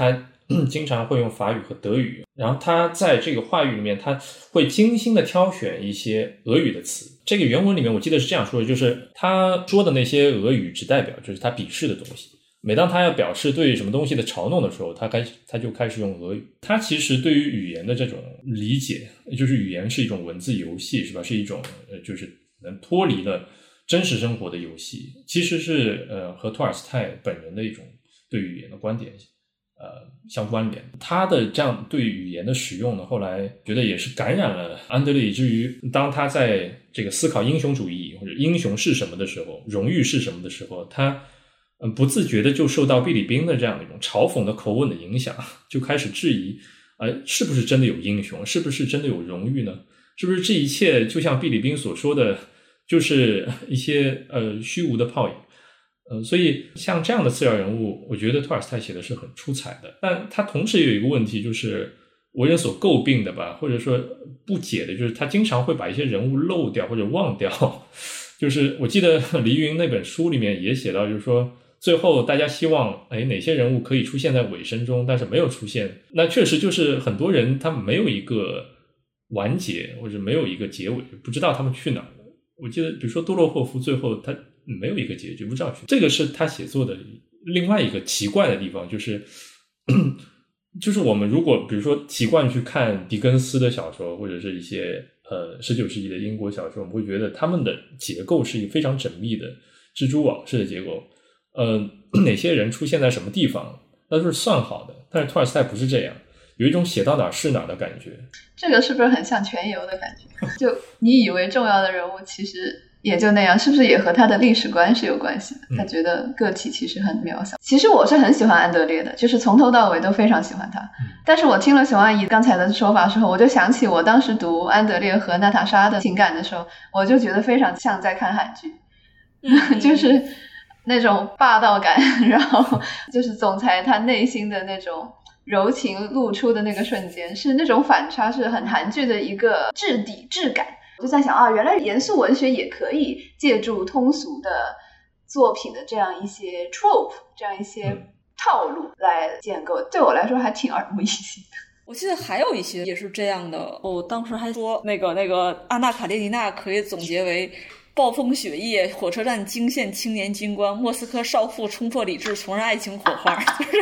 Speaker 5: 经常会用法语和德语，然后他在这个话语里面他会精心的挑选一些俄语的词。这个原文里面我记得是这样说的，就是他说的那些俄语只代表就是他鄙视的东西，每当他要表示对什么东西的嘲弄的时候，他开他就开始用俄语。他其实对于语言的这种理解，就是语言是一种文字游戏，是吧？是一种呃，就是能脱离了真实生活的游戏，其实是呃和托尔斯泰本人的一种对语言的观点呃相关联。他的这样对语言的使用呢，后来觉得也是感染了安德烈，以至于当他在这个思考英雄主义或者英雄是什么的时候，荣誉是什么的时候，他嗯不自觉的就受到毕里宾的这样的一种嘲讽的口吻的影响，就开始质疑呃是不是真的有英雄，是不是真的有荣誉呢？是不是这一切就像毕里宾所说的就是一些呃虚无的泡影。呃，所以像这样的次要人物，我觉得托尔斯泰写的是很出彩的。但他同时有一个问题，就是为人所诟病的吧，或者说不解的，就是他经常会把一些人物漏掉或者忘掉。就是我记得黎云那本书里面也写到，就是说最后大家希望哎哪些人物可以出现在尾声中，但是没有出现。那确实就是很多人他没有一个完结，或者没有一个结尾，不知道他们去哪儿了。我记得比如说多洛霍夫最后他没有一个结局，不知道去，这个是他写作的另外一个奇怪的地方，就是就是我们如果比如说习惯去看狄更斯的小说，或者是一些呃十九世纪的英国小说，我们会觉得他们的结构是一个非常缜密的蜘蛛网式的结构，呃哪些人出现在什么地方那都是算好的。但是托尔斯泰不是这样，有一种写到哪是哪的感觉。
Speaker 1: 这个是不是很像全游的感觉？就你以为重要的人物其实也就那样，是不是也和他的历史观是有关系的？他觉得个体其实很渺小。其实我是很喜欢安德烈的，就是从头到尾都非常喜欢他。但是我听了熊阿姨刚才的说法之后，我就想起我当时读安德烈和娜塔莎的情感的时候，我就觉得非常像在看韩剧，嗯、就是那种霸道感，然后就是总裁他内心的那种柔情露出的那个瞬间，是那种反差，是很韩剧的一个质地质感。我就在想啊，原来严肃文学也可以借助通俗的作品的这样一些 trope， 这样一些套路来建构，对我来说还挺耳目一新的。
Speaker 4: 我记得还有一些也是这样的，我当时还说那个那个安娜卡列尼娜可以总结为暴风雪夜，火车站惊现青年军官，莫斯科少妇冲破理智，重燃爱情火花，就是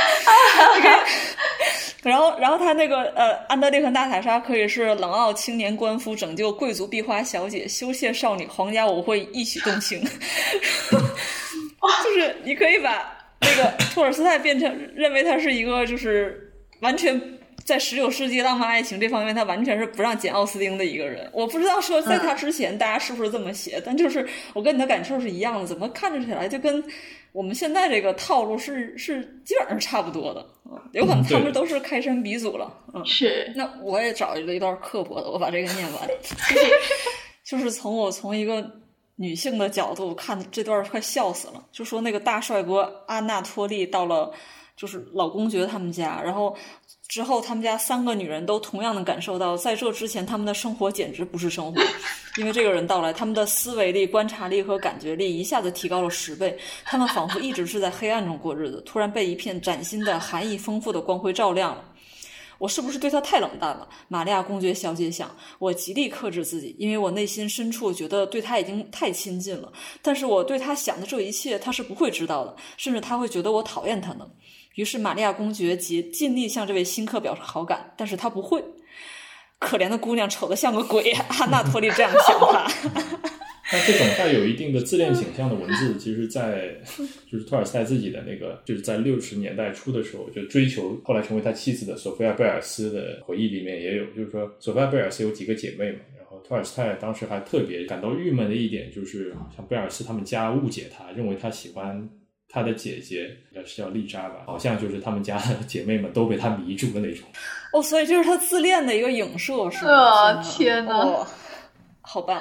Speaker 4: 然后然后他那个呃安德烈和娜塔莎可以是冷傲青年官夫拯救贵族壁花小姐，羞怯少女皇家舞会一曲动情就是你可以把那个托尔斯泰变成认为他是一个就是完全在十九世纪浪漫爱情这方面他完全是不让简奥斯汀的一个人。我不知道说在他之前大家是不是这么写、嗯、但就是我跟你的感受是一样的，怎么看着起来就跟我们现在这个套路是是基本上差不多的，有可能他们都是开山鼻祖了。嗯，是。那我也找了一段刻薄的，我把这个念完。就是就是从我从一个女性的角度看这段快笑死了，就说那个大帅哥阿纳托利到了就是老公爵他们家，然后之后他们家三个女人都同样的感受到在这之前他们的生活简直不是生活，因为这个人到来，他们的思维力、观察力和感觉力一下子提高了十倍，他们仿佛一直是在黑暗中过日子，突然被一片崭新的含义丰富的光辉照亮了。我是不是对他太冷淡了？玛利亚公爵小姐想。我极力克制自己，因为我内心深处觉得对他已经太亲近了，但是我对他想的这一切他是不会知道的，甚至他会觉得我讨厌他呢。于是玛利亚公爵尽尽力向这位新客表示好感，但是他不会。可怜的姑娘丑得像个鬼，阿纳托利这样想他。
Speaker 5: 那这种带有一定的自恋倾向的文字，其实在就是托尔斯泰自己的那个就是在六十年代初的时候就追求后来成为他妻子的索菲亚贝尔斯的回忆里面也有，就是说索菲亚贝尔斯有几个姐妹嘛，然后托尔斯泰当时还特别感到郁闷的一点就是好像贝尔斯他们家误解他，认为他喜欢他的姐姐应该是叫丽莎吧，好像就是他们家的姐妹们都被他迷住的那种。
Speaker 4: 哦，所以这是他自恋的一个影射是吗？
Speaker 1: 啊，天哪、
Speaker 4: 哦，好棒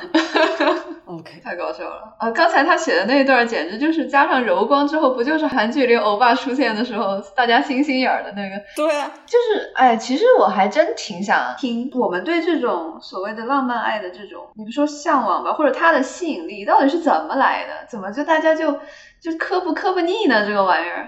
Speaker 4: OK，
Speaker 1: 太搞笑了啊！刚才他写的那一段简直就是加上柔光之后，不就是韩剧里欧巴出现的时候大家星星眼的那个？
Speaker 4: 对啊，
Speaker 1: 就是哎，其实我还真挺想听我们对这种所谓的浪漫爱的这种，你不说向往吧，或者它的吸引力到底是怎么来的？怎么就大家就就磕不磕不腻呢？这个玩意儿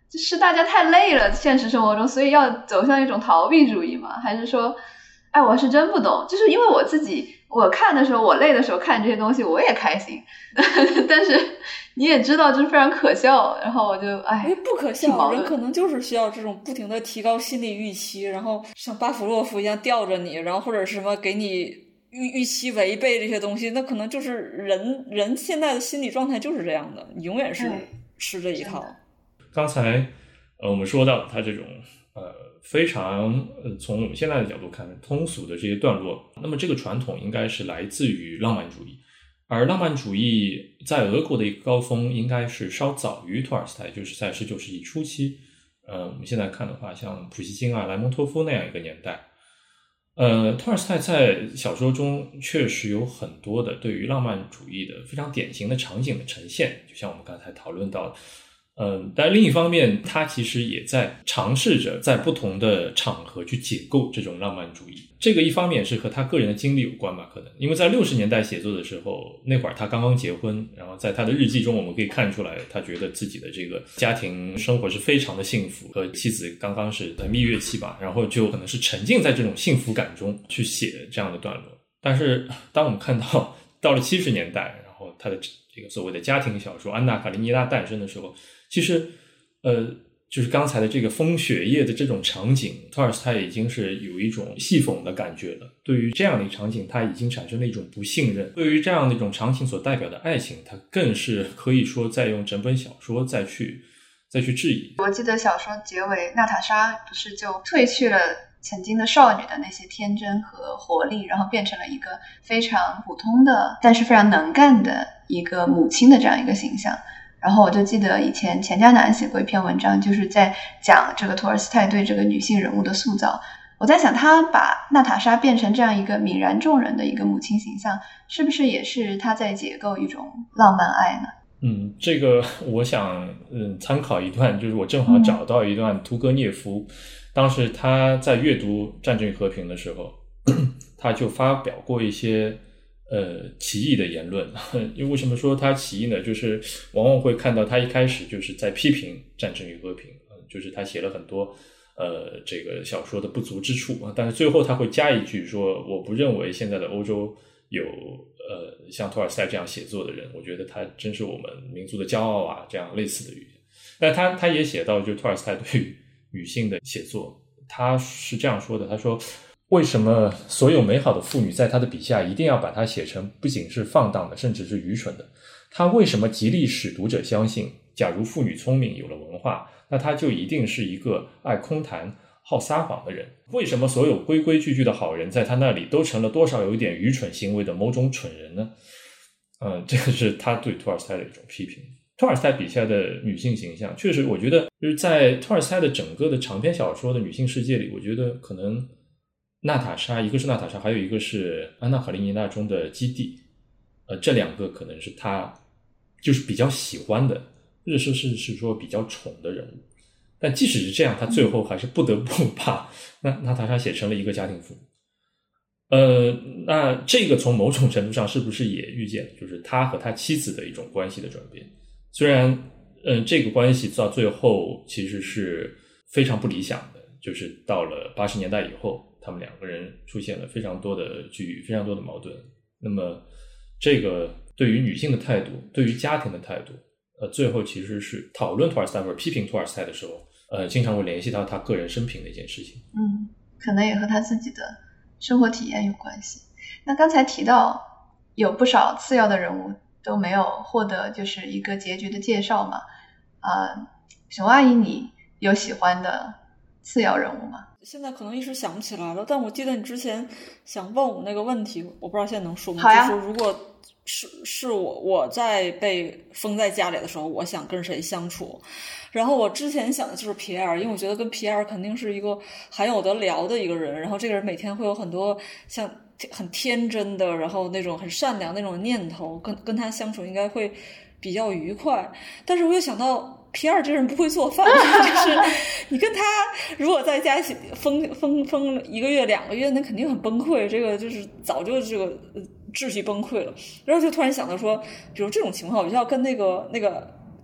Speaker 1: 是大家太累了现实生活中，所以要走向一种逃避主义吗？还是说哎，我是真不懂，就是因为我自己我看的时候，我累的时候看这些东西我也开心但是你也知道这是非常可笑，然后我就哎，
Speaker 4: 不可笑，人可能就是需要这种不停的提高心理预期，然后像巴甫洛夫一样吊着你，然后或者是什么给你预预期违背这些东西，那可能就是人人现在的心理状态就是这样的，你永远是吃这一套。
Speaker 5: 刚才呃我们说到他这种呃非常呃从我们现在的角度看通俗的这些段落，那么这个传统应该是来自于浪漫主义，而浪漫主义在俄国的一个高峰应该是稍早于托尔斯泰，就是在十九世纪初期。呃，我们现在看的话，像普希金啊、莱蒙托夫那样一个年代。呃，托尔斯泰在小说中确实有很多的对于浪漫主义的非常典型的场景的呈现，就像我们刚才讨论到的。嗯，但另一方面，他其实也在尝试着在不同的场合去解构这种浪漫主义。这个一方面是和他个人的经历有关吧，可能因为在六十年代写作的时候，那会儿他刚刚结婚，然后在他的日记中我们可以看出来，他觉得自己的这个家庭生活是非常的幸福，和妻子刚刚是蜜月期吧，然后就可能是沉浸在这种幸福感中去写这样的段落。但是当我们看到到了七十年代，然后他的这个所谓的家庭小说《安娜·卡列尼娜》诞生的时候，其实呃，就是刚才的这个风雪夜的这种场景，托尔斯泰已经是有一种戏讽的感觉了。对于这样的一个场景，他已经产生了一种不信任。对于这样的一种场景所代表的爱情，他更是可以说再用整本小说再去再去质疑。
Speaker 1: 我记得小说结尾，娜塔莎不是就褪去了曾经的少女的那些天真和活力，然后变成了一个非常普通的但是非常能干的一个母亲的这样一个形象。然后我就记得以前钱嘉楠写过一篇文章，就是在讲这个托尔斯泰对这个女性人物的塑造。我在想他把娜塔莎变成这样一个泯然众人的一个母亲形象，是不是也是他在解构一种浪漫爱呢？
Speaker 5: 嗯，这个我想嗯参考一段，就是我正好找到一段屠格涅夫、嗯、当时他在阅读《战争与和平》的时候他就发表过一些呃，奇异的言论。因为为什么说他奇异呢？就是往往会看到他一开始就是在批评《战争与和平》，呃，就是他写了很多呃这个小说的不足之处，但是最后他会加一句说，我不认为现在的欧洲有呃像托尔斯泰这样写作的人，我觉得他真是我们民族的骄傲啊，这样类似的语言。但他他也写到，就托尔斯泰对于女性的写作，他是这样说的，他说，为什么所有美好的妇女在他的笔下一定要把它写成不仅是放荡的，甚至是愚蠢的？他为什么极力使读者相信，假如妇女聪明有了文化，那她就一定是一个爱空谈好撒谎的人？为什么所有规规矩矩的好人在他那里都成了多少有一点愚蠢行为的某种蠢人呢？嗯，这个是他对托尔斯泰的一种批评。托尔斯泰笔下的女性形象，确实我觉得就是在托尔斯泰的整个的长篇小说的女性世界里，我觉得可能娜塔莎，一个是娜塔莎，还有一个是安娜·卡列尼娜中的基蒂，呃，这两个可能是他就是比较喜欢的，或者说是是说比较宠的人物。但即使是这样，他最后还是不得不把娜娜塔莎写成了一个家庭妇女。呃，那这个从某种程度上是不是也预见就是他和他妻子的一种关系的转变？虽然，嗯、呃，这个关系到最后其实是非常不理想的，就是到了八十年代以后，他们两个人出现了非常多的距离，非常多的矛盾。那么，这个对于女性的态度，对于家庭的态度，呃，最后其实是讨论托尔斯泰或者批评托尔斯泰的时候，呃，经常会联系到他个人生平的一件事情。
Speaker 1: 嗯，可能也和他自己的生活体验有关系。那刚才提到有不少次要的人物都没有获得就是一个结局的介绍嘛？啊、呃，熊阿姨，你有喜欢的次要人物吗？
Speaker 4: 现在可能一时想不起来了，但我记得你之前想问我那个问题，我不知道现在能说吗？
Speaker 1: 好呀。
Speaker 4: 就是如果是是我我在被封在家里的时候，我想跟谁相处？然后我之前想的就是皮埃尔，因为我觉得跟皮埃尔肯定是一个很有得聊的一个人，然后这个人每天会有很多像很天真的，然后那种很善良那种念头，跟跟他相处应该会比较愉快。但是我又想到皮埃尔这个人不会做饭，就是你跟他如果在家封封封一个月两个月，那肯定很崩溃，这个就是早就这个秩序崩溃了。然后就突然想到说，比如这种情况，我就要跟那个那个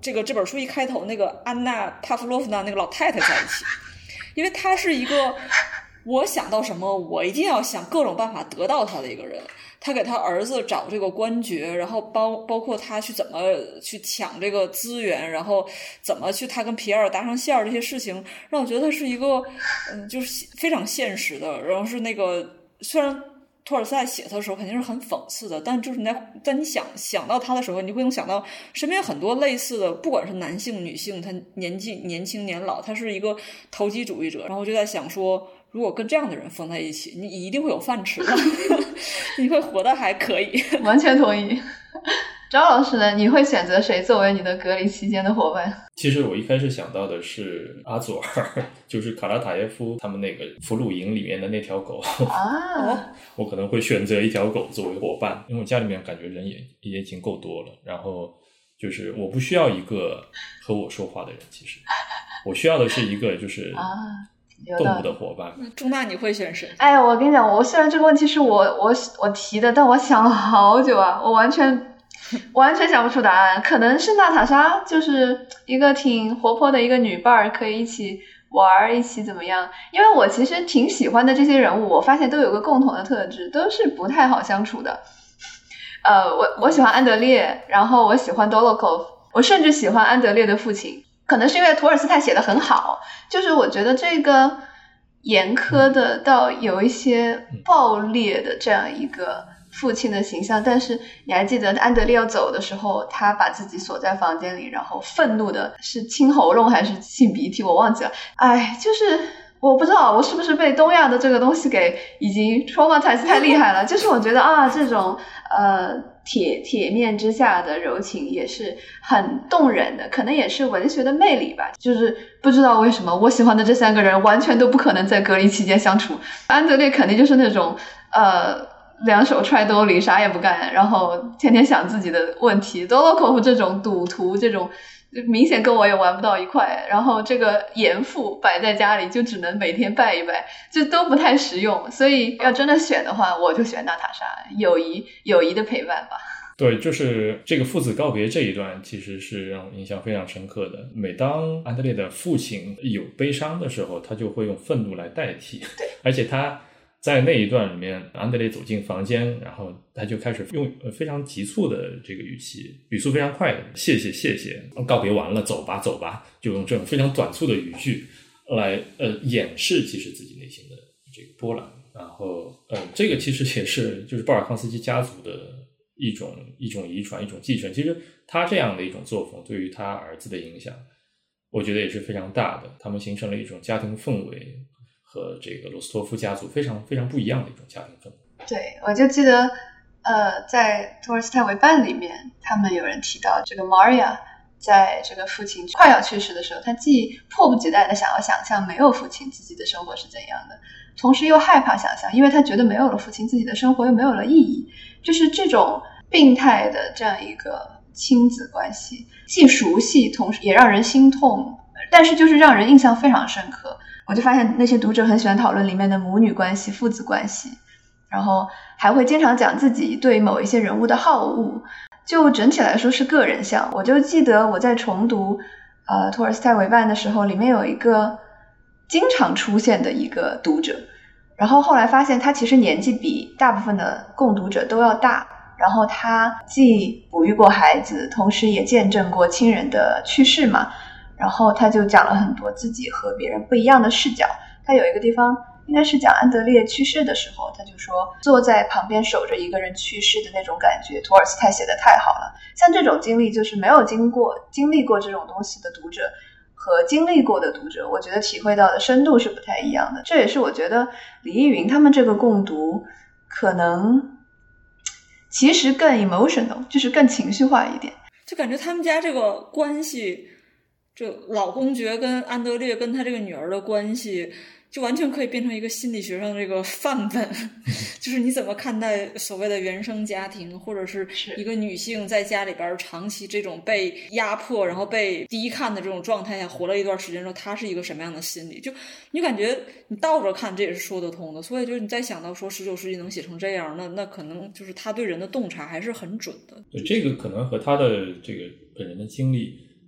Speaker 4: 这个这本书一开头那个安娜帕夫洛夫娜那个老太太在一起，因为她是一个我想到什么我一定要想各种办法得到她的一个人。他给他儿子找这个官爵，然后包包括他去怎么去抢这个资源，然后怎么去他跟皮埃尔搭上线儿，这些事情让我觉得他是一个嗯，就是非常现实的。然后是那个虽然托尔斯泰写他的时候肯定是很讽刺的，但就是你在在你想想到他的时候，你会能想到身边很多类似的，不管是男性女性，他年纪年轻年老，他是一个投机主义者。然后我就在想说，如果跟这样的人放在一起，你一定会有饭吃的你会活得还可以。
Speaker 1: 完全同意。张老师呢，你会选择谁作为你的隔离期间的伙伴？
Speaker 5: 其实我一开始想到的是阿佐尔，就是卡拉塔耶夫他们那个俘虏营里面的那条狗
Speaker 1: 啊。
Speaker 5: 我可能会选择一条狗作为伙伴，因为我家里面感觉人也也已经够多了，然后就是我不需要一个和我说话的人，其实我需要的是一个就是啊动物的伙伴。
Speaker 4: 钟大你会选谁？
Speaker 1: 哎呀，我跟你讲，我虽然这个问题是我我我提的，但我想了好久啊，我完全完全想不出答案。可能是娜塔莎，就是一个挺活泼的一个女伴儿，可以一起玩，一起怎么样。因为我其实挺喜欢的这些人物，我发现都有个共同的特质，都是不太好相处的。呃，我我喜欢安德烈，然后我喜欢多洛科夫，我甚至喜欢安德烈的父亲。可能是因为托尔斯泰写得很好，就是我觉得这个严苛的到有一些暴烈的这样一个父亲的形象，但是你还记得安德烈要走的时候，他把自己锁在房间里，然后愤怒的是清喉咙还是擤鼻涕，我忘记了。哎，就是我不知道我是不是被东亚的这个东西给已经 traumatize 太厉害了，就是我觉得啊，这种呃铁铁面之下的柔情也是很动人的，可能也是文学的魅力吧。就是不知道为什么我喜欢的这三个人完全都不可能在隔离期间相处。安德烈肯定就是那种呃两手揣兜里啥也不干，然后天天想自己的问题。多洛科夫这种赌徒，这种明显跟我也玩不到一块，然后这个严父摆在家里就只能每天拜一拜，这都不太实用。所以要真的选的话，我就选娜塔莎，友谊友谊的陪伴吧。
Speaker 5: 对，就是这个父子告别这一段其实是让我印象非常深刻的。每当安德烈的父亲有悲伤的时候，他就会用愤怒来代替。
Speaker 1: 对，
Speaker 5: 而且他在那一段里面，安德烈走进房间，然后他就开始用非常急促的这个语气，语速非常快的谢谢谢谢，告别完了走吧走吧，就用这种非常短促的语句来呃掩饰其实自己内心的这个波澜。然后呃这个其实也是就是鲍尔康斯基家族的一种一种遗传，一种继承。其实他这样的一种作风对于他儿子的影响我觉得也是非常大的，他们形成了一种家庭氛围和这个罗斯托夫家族非常非常不一样的一种家庭氛围。
Speaker 1: 对，我就记得呃，在托尔斯泰为伴里面，他们有人提到这个 Maria 在这个父亲快要去世的时候，他既迫不及待的想要想象没有父亲自己的生活是怎样的，同时又害怕想象，因为他觉得没有了父亲自己的生活又没有了意义。就是这种病态的这样一个亲子关系，既熟悉同时也让人心痛，但是就是让人印象非常深刻。我就发现那些读者很喜欢讨论里面的母女关系、父子关系，然后还会经常讲自己对某一些人物的好恶，就整体来说是个人像。我就记得我在重读呃托尔斯泰为伴的时候，里面有一个经常出现的一个读者，然后后来发现他其实年纪比大部分的共读者都要大，然后他既哺育过孩子，同时也见证过亲人的去世嘛，然后他就讲了很多自己和别人不一样的视角。他有一个地方应该是讲安德烈去世的时候，他就说坐在旁边守着一个人去世的那种感觉，托尔斯泰写得太好了。像这种经历，就是没有经过经历过这种东西的读者和经历过的读者，我觉得体会到的深度是不太一样的。这也是我觉得李易云他们这个共读可能其实更 emotional， 就是更情绪化一点。
Speaker 4: 就感觉他们家这个关系，这老公爵跟安德烈跟他这个女儿的关系，就完全可以变成一个心理学上的这个范本。就是你怎么看待所谓的原生家庭，或者是一个女性在家里边长期这种被压迫然后被低看的这种状态下活了一段时间之后，她是一个什么样的心理，就你感觉你倒着看这也是说得通的。所以就是你再想到说十九世纪能写成这样，那那可能就是他对人的洞察还是很准的。
Speaker 5: 对，这个可能和他的这个本人的经历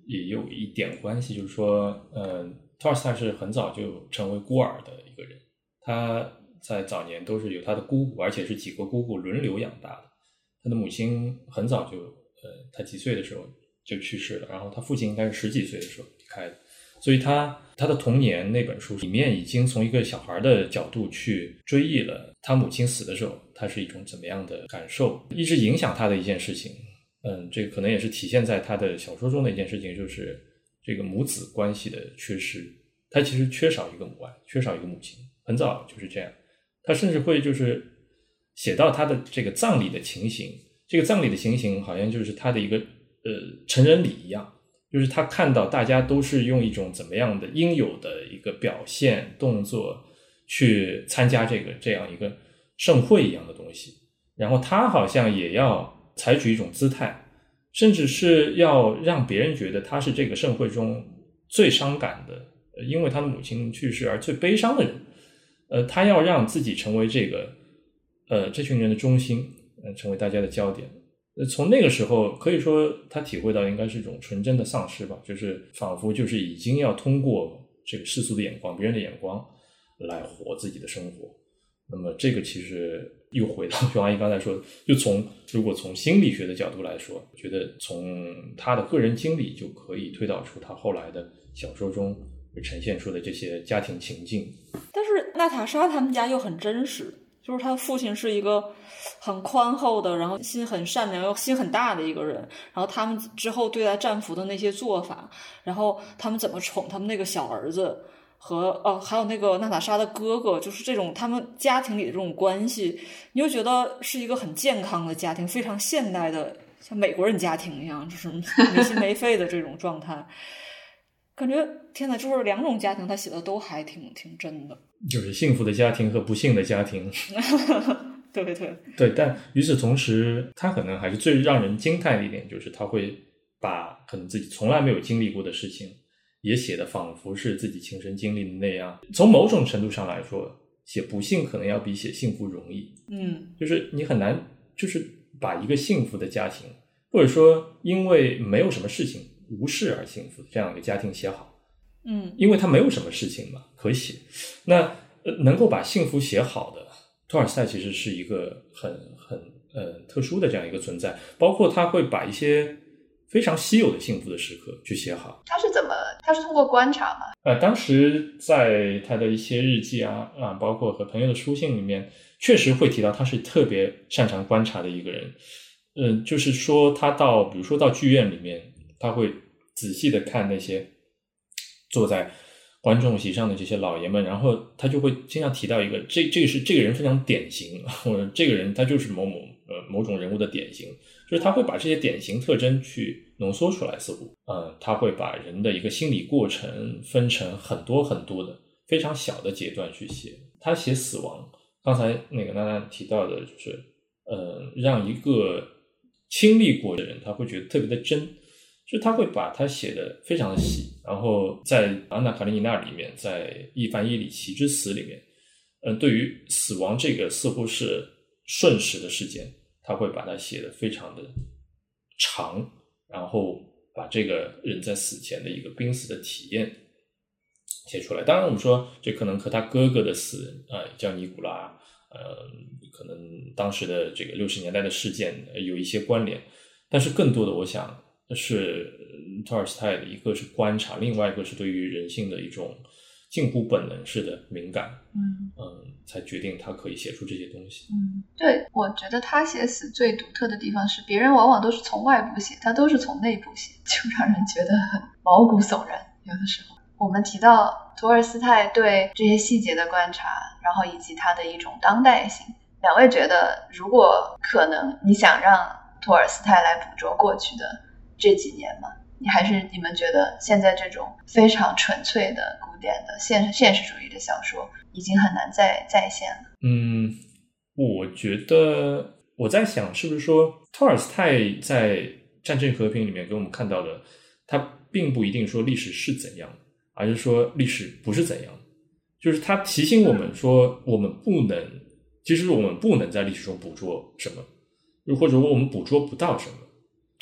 Speaker 5: 也有一点关系，就是说呃，托尔斯泰是很早就成为孤儿的一个人，他在早年都是有他的姑姑，而且是几个姑姑轮流养大的。他的母亲很早就呃，他几岁的时候就去世了，然后他父亲应该是十几岁的时候离开的，所以他他的童年那本书里面已经从一个小孩的角度去追忆了他母亲死的时候他是一种怎么样的感受，一直影响他的一件事情。嗯，这个可能也是体现在他的小说中的一件事情，就是这个母子关系的缺失。他其实缺少一个母爱，缺少一个母亲，很早就是这样。他甚至会就是写到他的这个葬礼的情形，这个葬礼的情形好像就是他的一个呃成人礼一样，就是他看到大家都是用一种怎么样的应有的一个表现动作去参加这个这样一个盛会一样的东西，然后他好像也要采取一种姿态，甚至是要让别人觉得他是这个盛会中最伤感的，因为他的母亲去世而最悲伤的人。呃，他要让自己成为这个呃这群人的中心，呃，成为大家的焦点。呃，从那个时候可以说他体会到应该是一种纯真的丧失吧，就是仿佛就是已经要通过这个世俗的眼光，别人的眼光来活自己的生活。那么这个其实又回到熊阿姨刚才说的，就从如果从心理学的角度来说，我觉得从他的个人经历就可以推导出他后来的小说中会呈现出的这些家庭情境。
Speaker 4: 但是娜塔莎他们家又很真实，就是他父亲是一个很宽厚的，然后心很善良又心很大的一个人，然后他们之后对待战俘的那些做法，然后他们怎么宠他们那个小儿子和呃还有那个娜塔莎的哥哥，就是这种他们家庭里的这种关系，你就觉得是一个很健康的家庭，非常现代的像美国人家庭一样，就是没心没肺的这种状态。感觉天哪，就是两种家庭他写的都还挺挺真的，
Speaker 5: 就是幸福的家庭和不幸的家庭。
Speaker 4: 对对
Speaker 5: 对，但与此同时他可能还是最让人惊叹的一点，就是他会把可能自己从来没有经历过的事情也写得仿佛是自己亲身经历的那样。从某种程度上来说，写不幸可能要比写幸福容易。
Speaker 4: 嗯，
Speaker 5: 就是你很难就是把一个幸福的家庭，或者说因为没有什么事情无事而幸福这样一个家庭写好。
Speaker 4: 嗯，
Speaker 5: 因为他没有什么事情嘛可以写。那、呃、能够把幸福写好的托尔斯泰其实是一个很很呃特殊的这样一个存在，包括他会把一些非常稀有的幸福的时刻去写好。
Speaker 1: 他是怎么他是通过观察吗？
Speaker 5: 呃，当时在他的一些日记啊啊，包括和朋友的书信里面，确实会提到他是特别擅长观察的一个人。嗯、呃，就是说他到比如说到剧院里面，他会仔细的看那些坐在观众席上的这些老爷们，然后他就会经常提到一个，这这个是这个人非常典型，或者这个人他就是某某呃某种人物的典型，就是他会把这些典型特征去浓缩出来，似乎呃他会把人的一个心理过程分成很多很多的非常小的阶段去写。他写死亡，刚才那个娜娜提到的就是呃让一个经历过的人他会觉得特别的真。就他会把它写得非常的细，然后在《安娜·卡列尼娜》里面，在《伊凡·耶里奇之死》里面，呃，对于死亡这个似乎是瞬时的事件，他会把它写得非常的长，然后把这个人在死前的一个濒死的体验写出来。当然我们说这可能和他哥哥的死啊、呃，叫尼古拉，呃，可能当时的这个六十年代的事件有一些关联，但是更多的我想是托尔斯泰的一个是观察，另外一个是对于人性的一种近乎本能式的敏感，
Speaker 1: 嗯
Speaker 5: 嗯，才决定他可以写出这些东西。
Speaker 1: 嗯，对，我觉得他写死最独特的地方是，别人往往都是从外部写，他都是从内部写，就让人觉得很毛骨悚然。有的时候，我们提到托尔斯泰对这些细节的观察，然后以及他的一种当代性，两位觉得，如果可能，你想让托尔斯泰来捕捉过去的这几年吗？你还是你们觉得现在这种非常纯粹的古典的现现实主义的小说已经很难再再现了？
Speaker 5: 嗯，我觉得我在想，是不是说托尔斯泰在《战争和平》里面给我们看到的，他并不一定说历史是怎样的，而是说历史不是怎样的。就是他提醒我们说，我们不能，其实我们不能在历史中捕捉什么，或者说我们捕捉不到什么。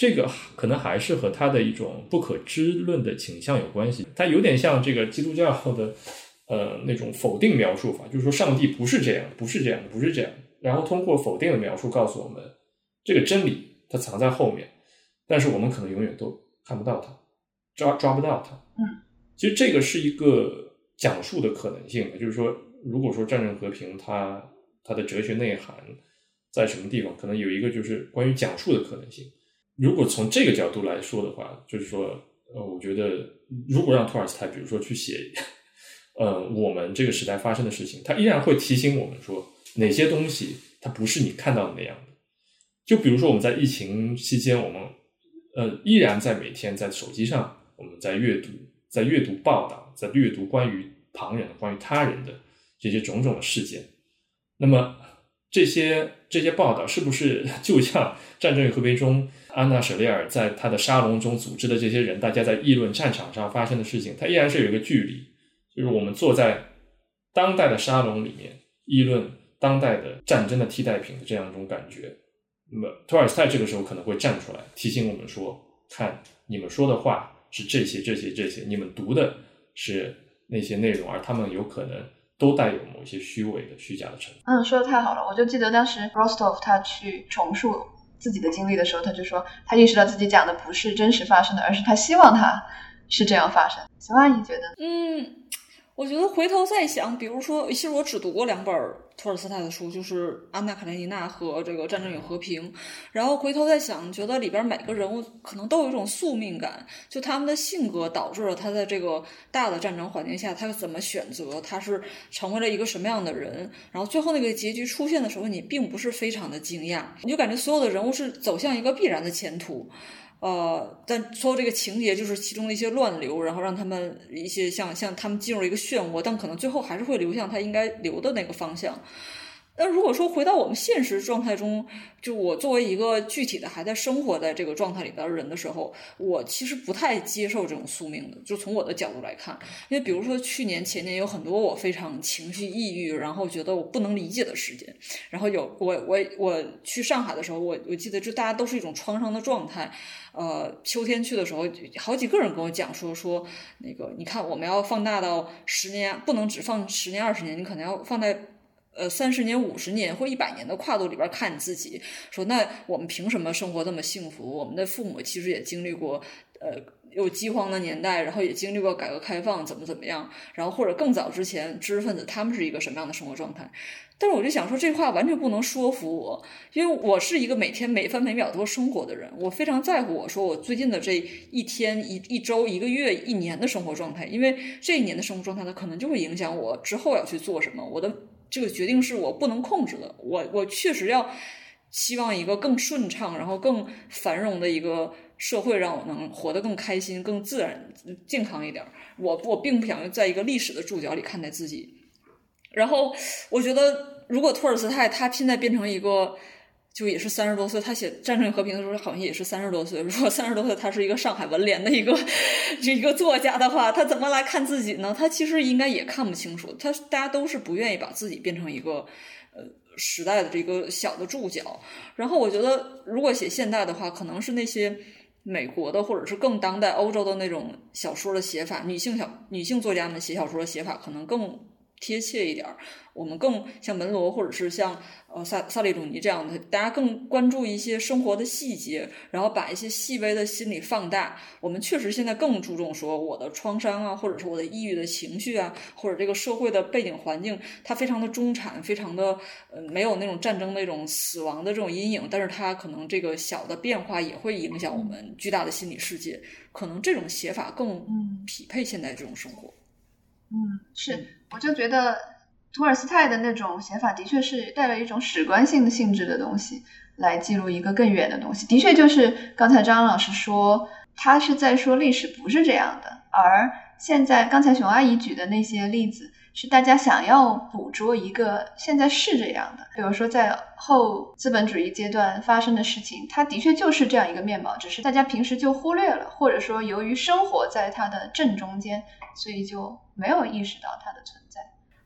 Speaker 5: 这个可能还是和他的一种不可知论的倾向有关系。他有点像这个基督教的呃那种否定描述法，就是说上帝不是这样，不是这样，不是这样，然后通过否定的描述告诉我们这个真理它藏在后面，但是我们可能永远都看不到它，抓抓不到它。
Speaker 1: 嗯，
Speaker 5: 其实这个是一个讲述的可能性，就是说如果说战争和平它它的哲学内涵在什么地方，可能有一个就是关于讲述的可能性。如果从这个角度来说的话，就是说呃，我觉得如果让托尔斯泰比如说去写呃，我们这个时代发生的事情，他依然会提醒我们说哪些东西它不是你看到的那样的。就比如说我们在疫情期间，我们呃依然在每天在手机上我们在阅读在阅读报道，在阅读关于旁人关于他人的这些种种的事件。那么这些这些报道是不是就像战争与和平中安娜舍利尔在她的沙龙中组织的这些人，大家在议论战场上发生的事情，它依然是有一个距离，就是我们坐在当代的沙龙里面议论当代的战争的替代品的这样一种感觉。那么托尔斯泰这个时候可能会站出来提醒我们说，看你们说的话是这些这些这些，你们读的是那些内容，而他们有可能都带有某些虚伪的虚假的成分。
Speaker 1: 嗯，说的太好了。我就记得当时 Rostov 他去重述自己的经历的时候，他就说他意识到自己讲的不是真实发生的，而是他希望他是这样发生。熊阿姨觉得
Speaker 4: 嗯，我觉得回头再想，比如说其实我只读过两本托尔斯泰的书，就是《安娜·卡列尼娜》和这个《战争与和平》，然后回头再想，觉得里边每个人物可能都有一种宿命感，就他们的性格导致了他在这个大的战争环境下他怎么选择，他是成为了一个什么样的人，然后最后那个结局出现的时候你并不是非常的惊讶，你就感觉所有的人物是走向一个必然的前途。呃，但所有这个情节就是其中的一些乱流，然后让他们一些像像他们进入了一个漩涡，但可能最后还是会流向他应该流的那个方向。但如果说回到我们现实状态中，就我作为一个具体的还在生活在这个状态里边的人的时候，我其实不太接受这种宿命的，就从我的角度来看。因为比如说去年前年有很多我非常情绪抑郁，然后觉得我不能理解的时间，然后有我我我去上海的时候，我我记得就大家都是一种创伤的状态。呃，秋天去的时候，好几个人跟我讲说说那个，你看我们要放大到十年，不能只放十年二十年，你可能要放在呃三十年、五十年或一百年的跨度里边看你自己。说那我们凭什么生活这么幸福？我们的父母其实也经历过呃有饥荒的年代，然后也经历过改革开放，怎么怎么样，然后或者更早之前知识分子他们是一个什么样的生活状态。但是我就想说这话完全不能说服我，因为我是一个每天每分每秒都生活的人，我非常在乎我说我最近的这一天一一周一个月一年的生活状态，因为这一年的生活状态它可能就会影响我之后要去做什么，我的这个决定是我不能控制的，我我确实要希望一个更顺畅然后更繁荣的一个社会，让我能活得更开心更自然健康一点。我我并不想在一个历史的注脚里看待自己。然后我觉得如果托尔斯泰他现在变成一个就也是三十多岁，他写《战争与和平》的时候好像也是三十多岁，如果三十多岁他是一个上海文联的一个这一个作家的话，他怎么来看自己呢？他其实应该也看不清楚，他大家都是不愿意把自己变成一个呃时代的这个小的注脚。然后我觉得如果写现代的话，可能是那些美国的或者是更当代欧洲的那种小说的写法，女性小女性作家们写小说的写法可能更贴切一点，我们更像门罗或者是像呃萨萨利鲁尼这样的，大家更关注一些生活的细节，然后把一些细微的心理放大。我们确实现在更注重说我的创伤啊，或者是我的抑郁的情绪啊，或者这个社会的背景环境它非常的中产，非常的呃没有那种战争那种死亡的这种阴影，但是它可能这个小的变化也会影响我们巨大的心理世界，可能这种写法更匹配现在这种生活。
Speaker 1: 嗯，是，我就觉得托尔斯泰的那种写法的确是带了一种史观性的性质的东西，来记录一个更远的东西。的确就是刚才张老师说，他是在说历史不是这样的，而现在刚才熊阿姨举的那些例子是大家想要捕捉一个现在是这样的，比如说在后资本主义阶段发生的事情，它的确就是这样一个面貌，只是大家平时就忽略了，或者说由于生活在它的正中间，所以就没有意识到它的存在。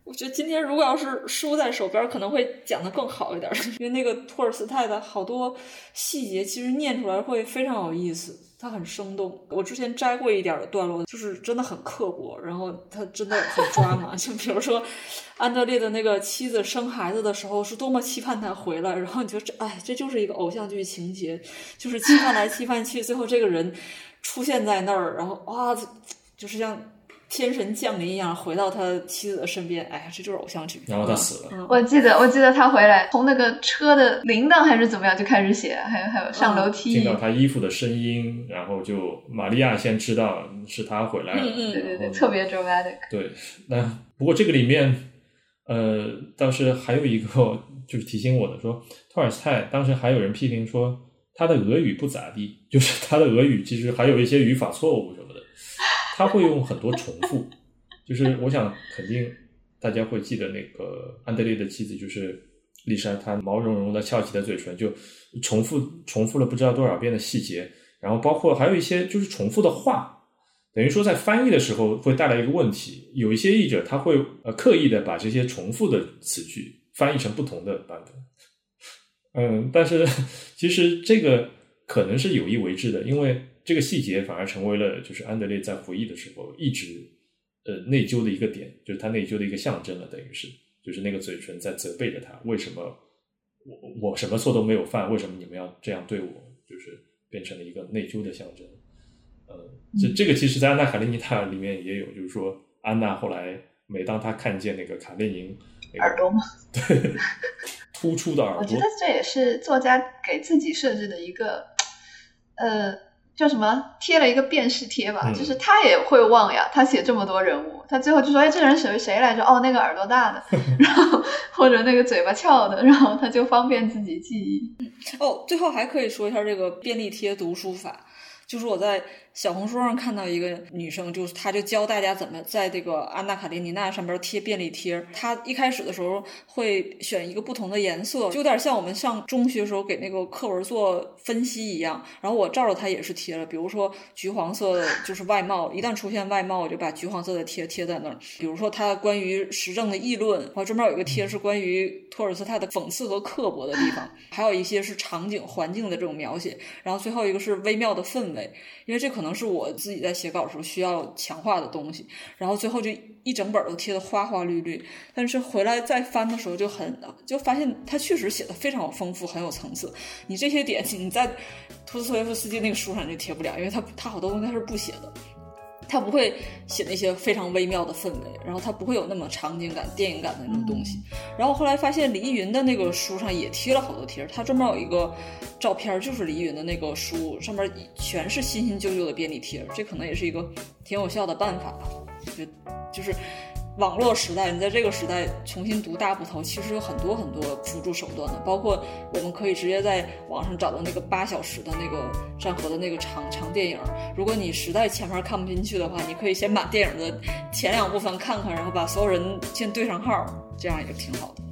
Speaker 4: 我觉得今天如果要是书在手边可能会讲得更好一点，因为那个托尔斯泰的好多细节其实念出来会非常有意思，它很生动。我之前摘过一点的段落，就是真的很刻薄，然后它真的很抓马。就比如说安德烈的那个妻子生孩子的时候是多么期盼他回来，然后你觉得哎，这就是一个偶像剧情节，就是期盼来期盼去，最后这个人出现在那儿，然后哇，就是像天神降临一样回到他妻子的身边，哎呀，这就是偶像剧。
Speaker 5: 然后他死了。
Speaker 1: 嗯、我记得，我记得他回来从那个车的铃铛还是怎么样就开始写，还有还有上楼梯，
Speaker 5: 听到他衣服的声音，然后就玛利亚先知道是他回来了。
Speaker 1: 嗯嗯，对对对，特别 dramatic。
Speaker 5: 对，那不过这个里面，呃，倒是还有一个就是提醒我的说，托尔斯泰当时还有人批评说他的俄语不咋地，就是他的俄语其实还有一些语法错误什么的。他会用很多重复，就是我想肯定大家会记得那个安德烈的妻子就是丽莎，她毛茸茸的翘起的嘴唇就重复重复了不知道多少遍的细节，然后包括还有一些就是重复的话，等于说在翻译的时候会带来一个问题，有一些译者他会呃刻意的把这些重复的词句翻译成不同的版本。嗯，但是其实这个可能是有意为之的，因为这个细节反而成为了就是安德烈在回忆的时候一直呃内疚的一个点，就是他内疚的一个象征了，等于是就是那个嘴唇在责备着他，为什么我我什么错都没有犯，为什么你们要这样对我，就是变成了一个内疚的象征。呃，这这个其实在安娜卡列尼娜里面也有，就是说安娜后来每当她看见那个卡列宁、那个、
Speaker 1: 耳朵吗？
Speaker 5: 对，突出的耳朵，
Speaker 1: 我觉得这也是作家给自己设置的一个呃叫什么贴了一个辨识贴吧、嗯、就是他也会忘呀，他写这么多人物，他最后就说哎，这人谁谁来着，哦那个耳朵大的然后或者那个嘴巴翘的，然后他就方便自己记忆。
Speaker 4: 哦，最后还可以说一下这个便利贴读书法，就是我在小红书上看到一个女生，就是她就教大家怎么在这个安娜卡列尼娜上边贴便利贴。她一开始的时候会选一个不同的颜色，就有点像我们上中学时候给那个课文做分析一样，然后我照着她也是贴了，比如说橘黄色的就是外貌，一旦出现外貌我就把橘黄色的贴贴在那儿。比如说她关于时政的议论，我专门有一个贴是关于托尔斯泰的讽刺和刻薄的地方，还有一些是场景环境的这种描写，然后最后一个是微妙的氛围，因为这可能是我自己在写稿的时候需要强化的东西，然后最后就一整本都贴得花花绿绿，但是回来再翻的时候就很就发现他确实写得非常有丰富，很有层次。你这些点你在托斯托耶夫斯基那个书上就贴不了，因为他他好多东西他是不写的，他不会写那些非常微妙的氛围，然后他不会有那么场景感电影感的那种东西。然后后来发现李易云的那个书上也贴了好多贴，他专门有一个照片就是李易云的那个书上面全是新新旧旧的便利贴，这可能也是一个挺有效的办法吧。我觉得就是网络时代，你在这个时代重新读大部头其实有很多很多辅助手段的，包括我们可以直接在网上找到那个八小时的那个战河的那个长长电影，如果你实在前面看不进去的话，你可以先把电影的前两部分看看，然后把所有人先对上号，这样也挺好的。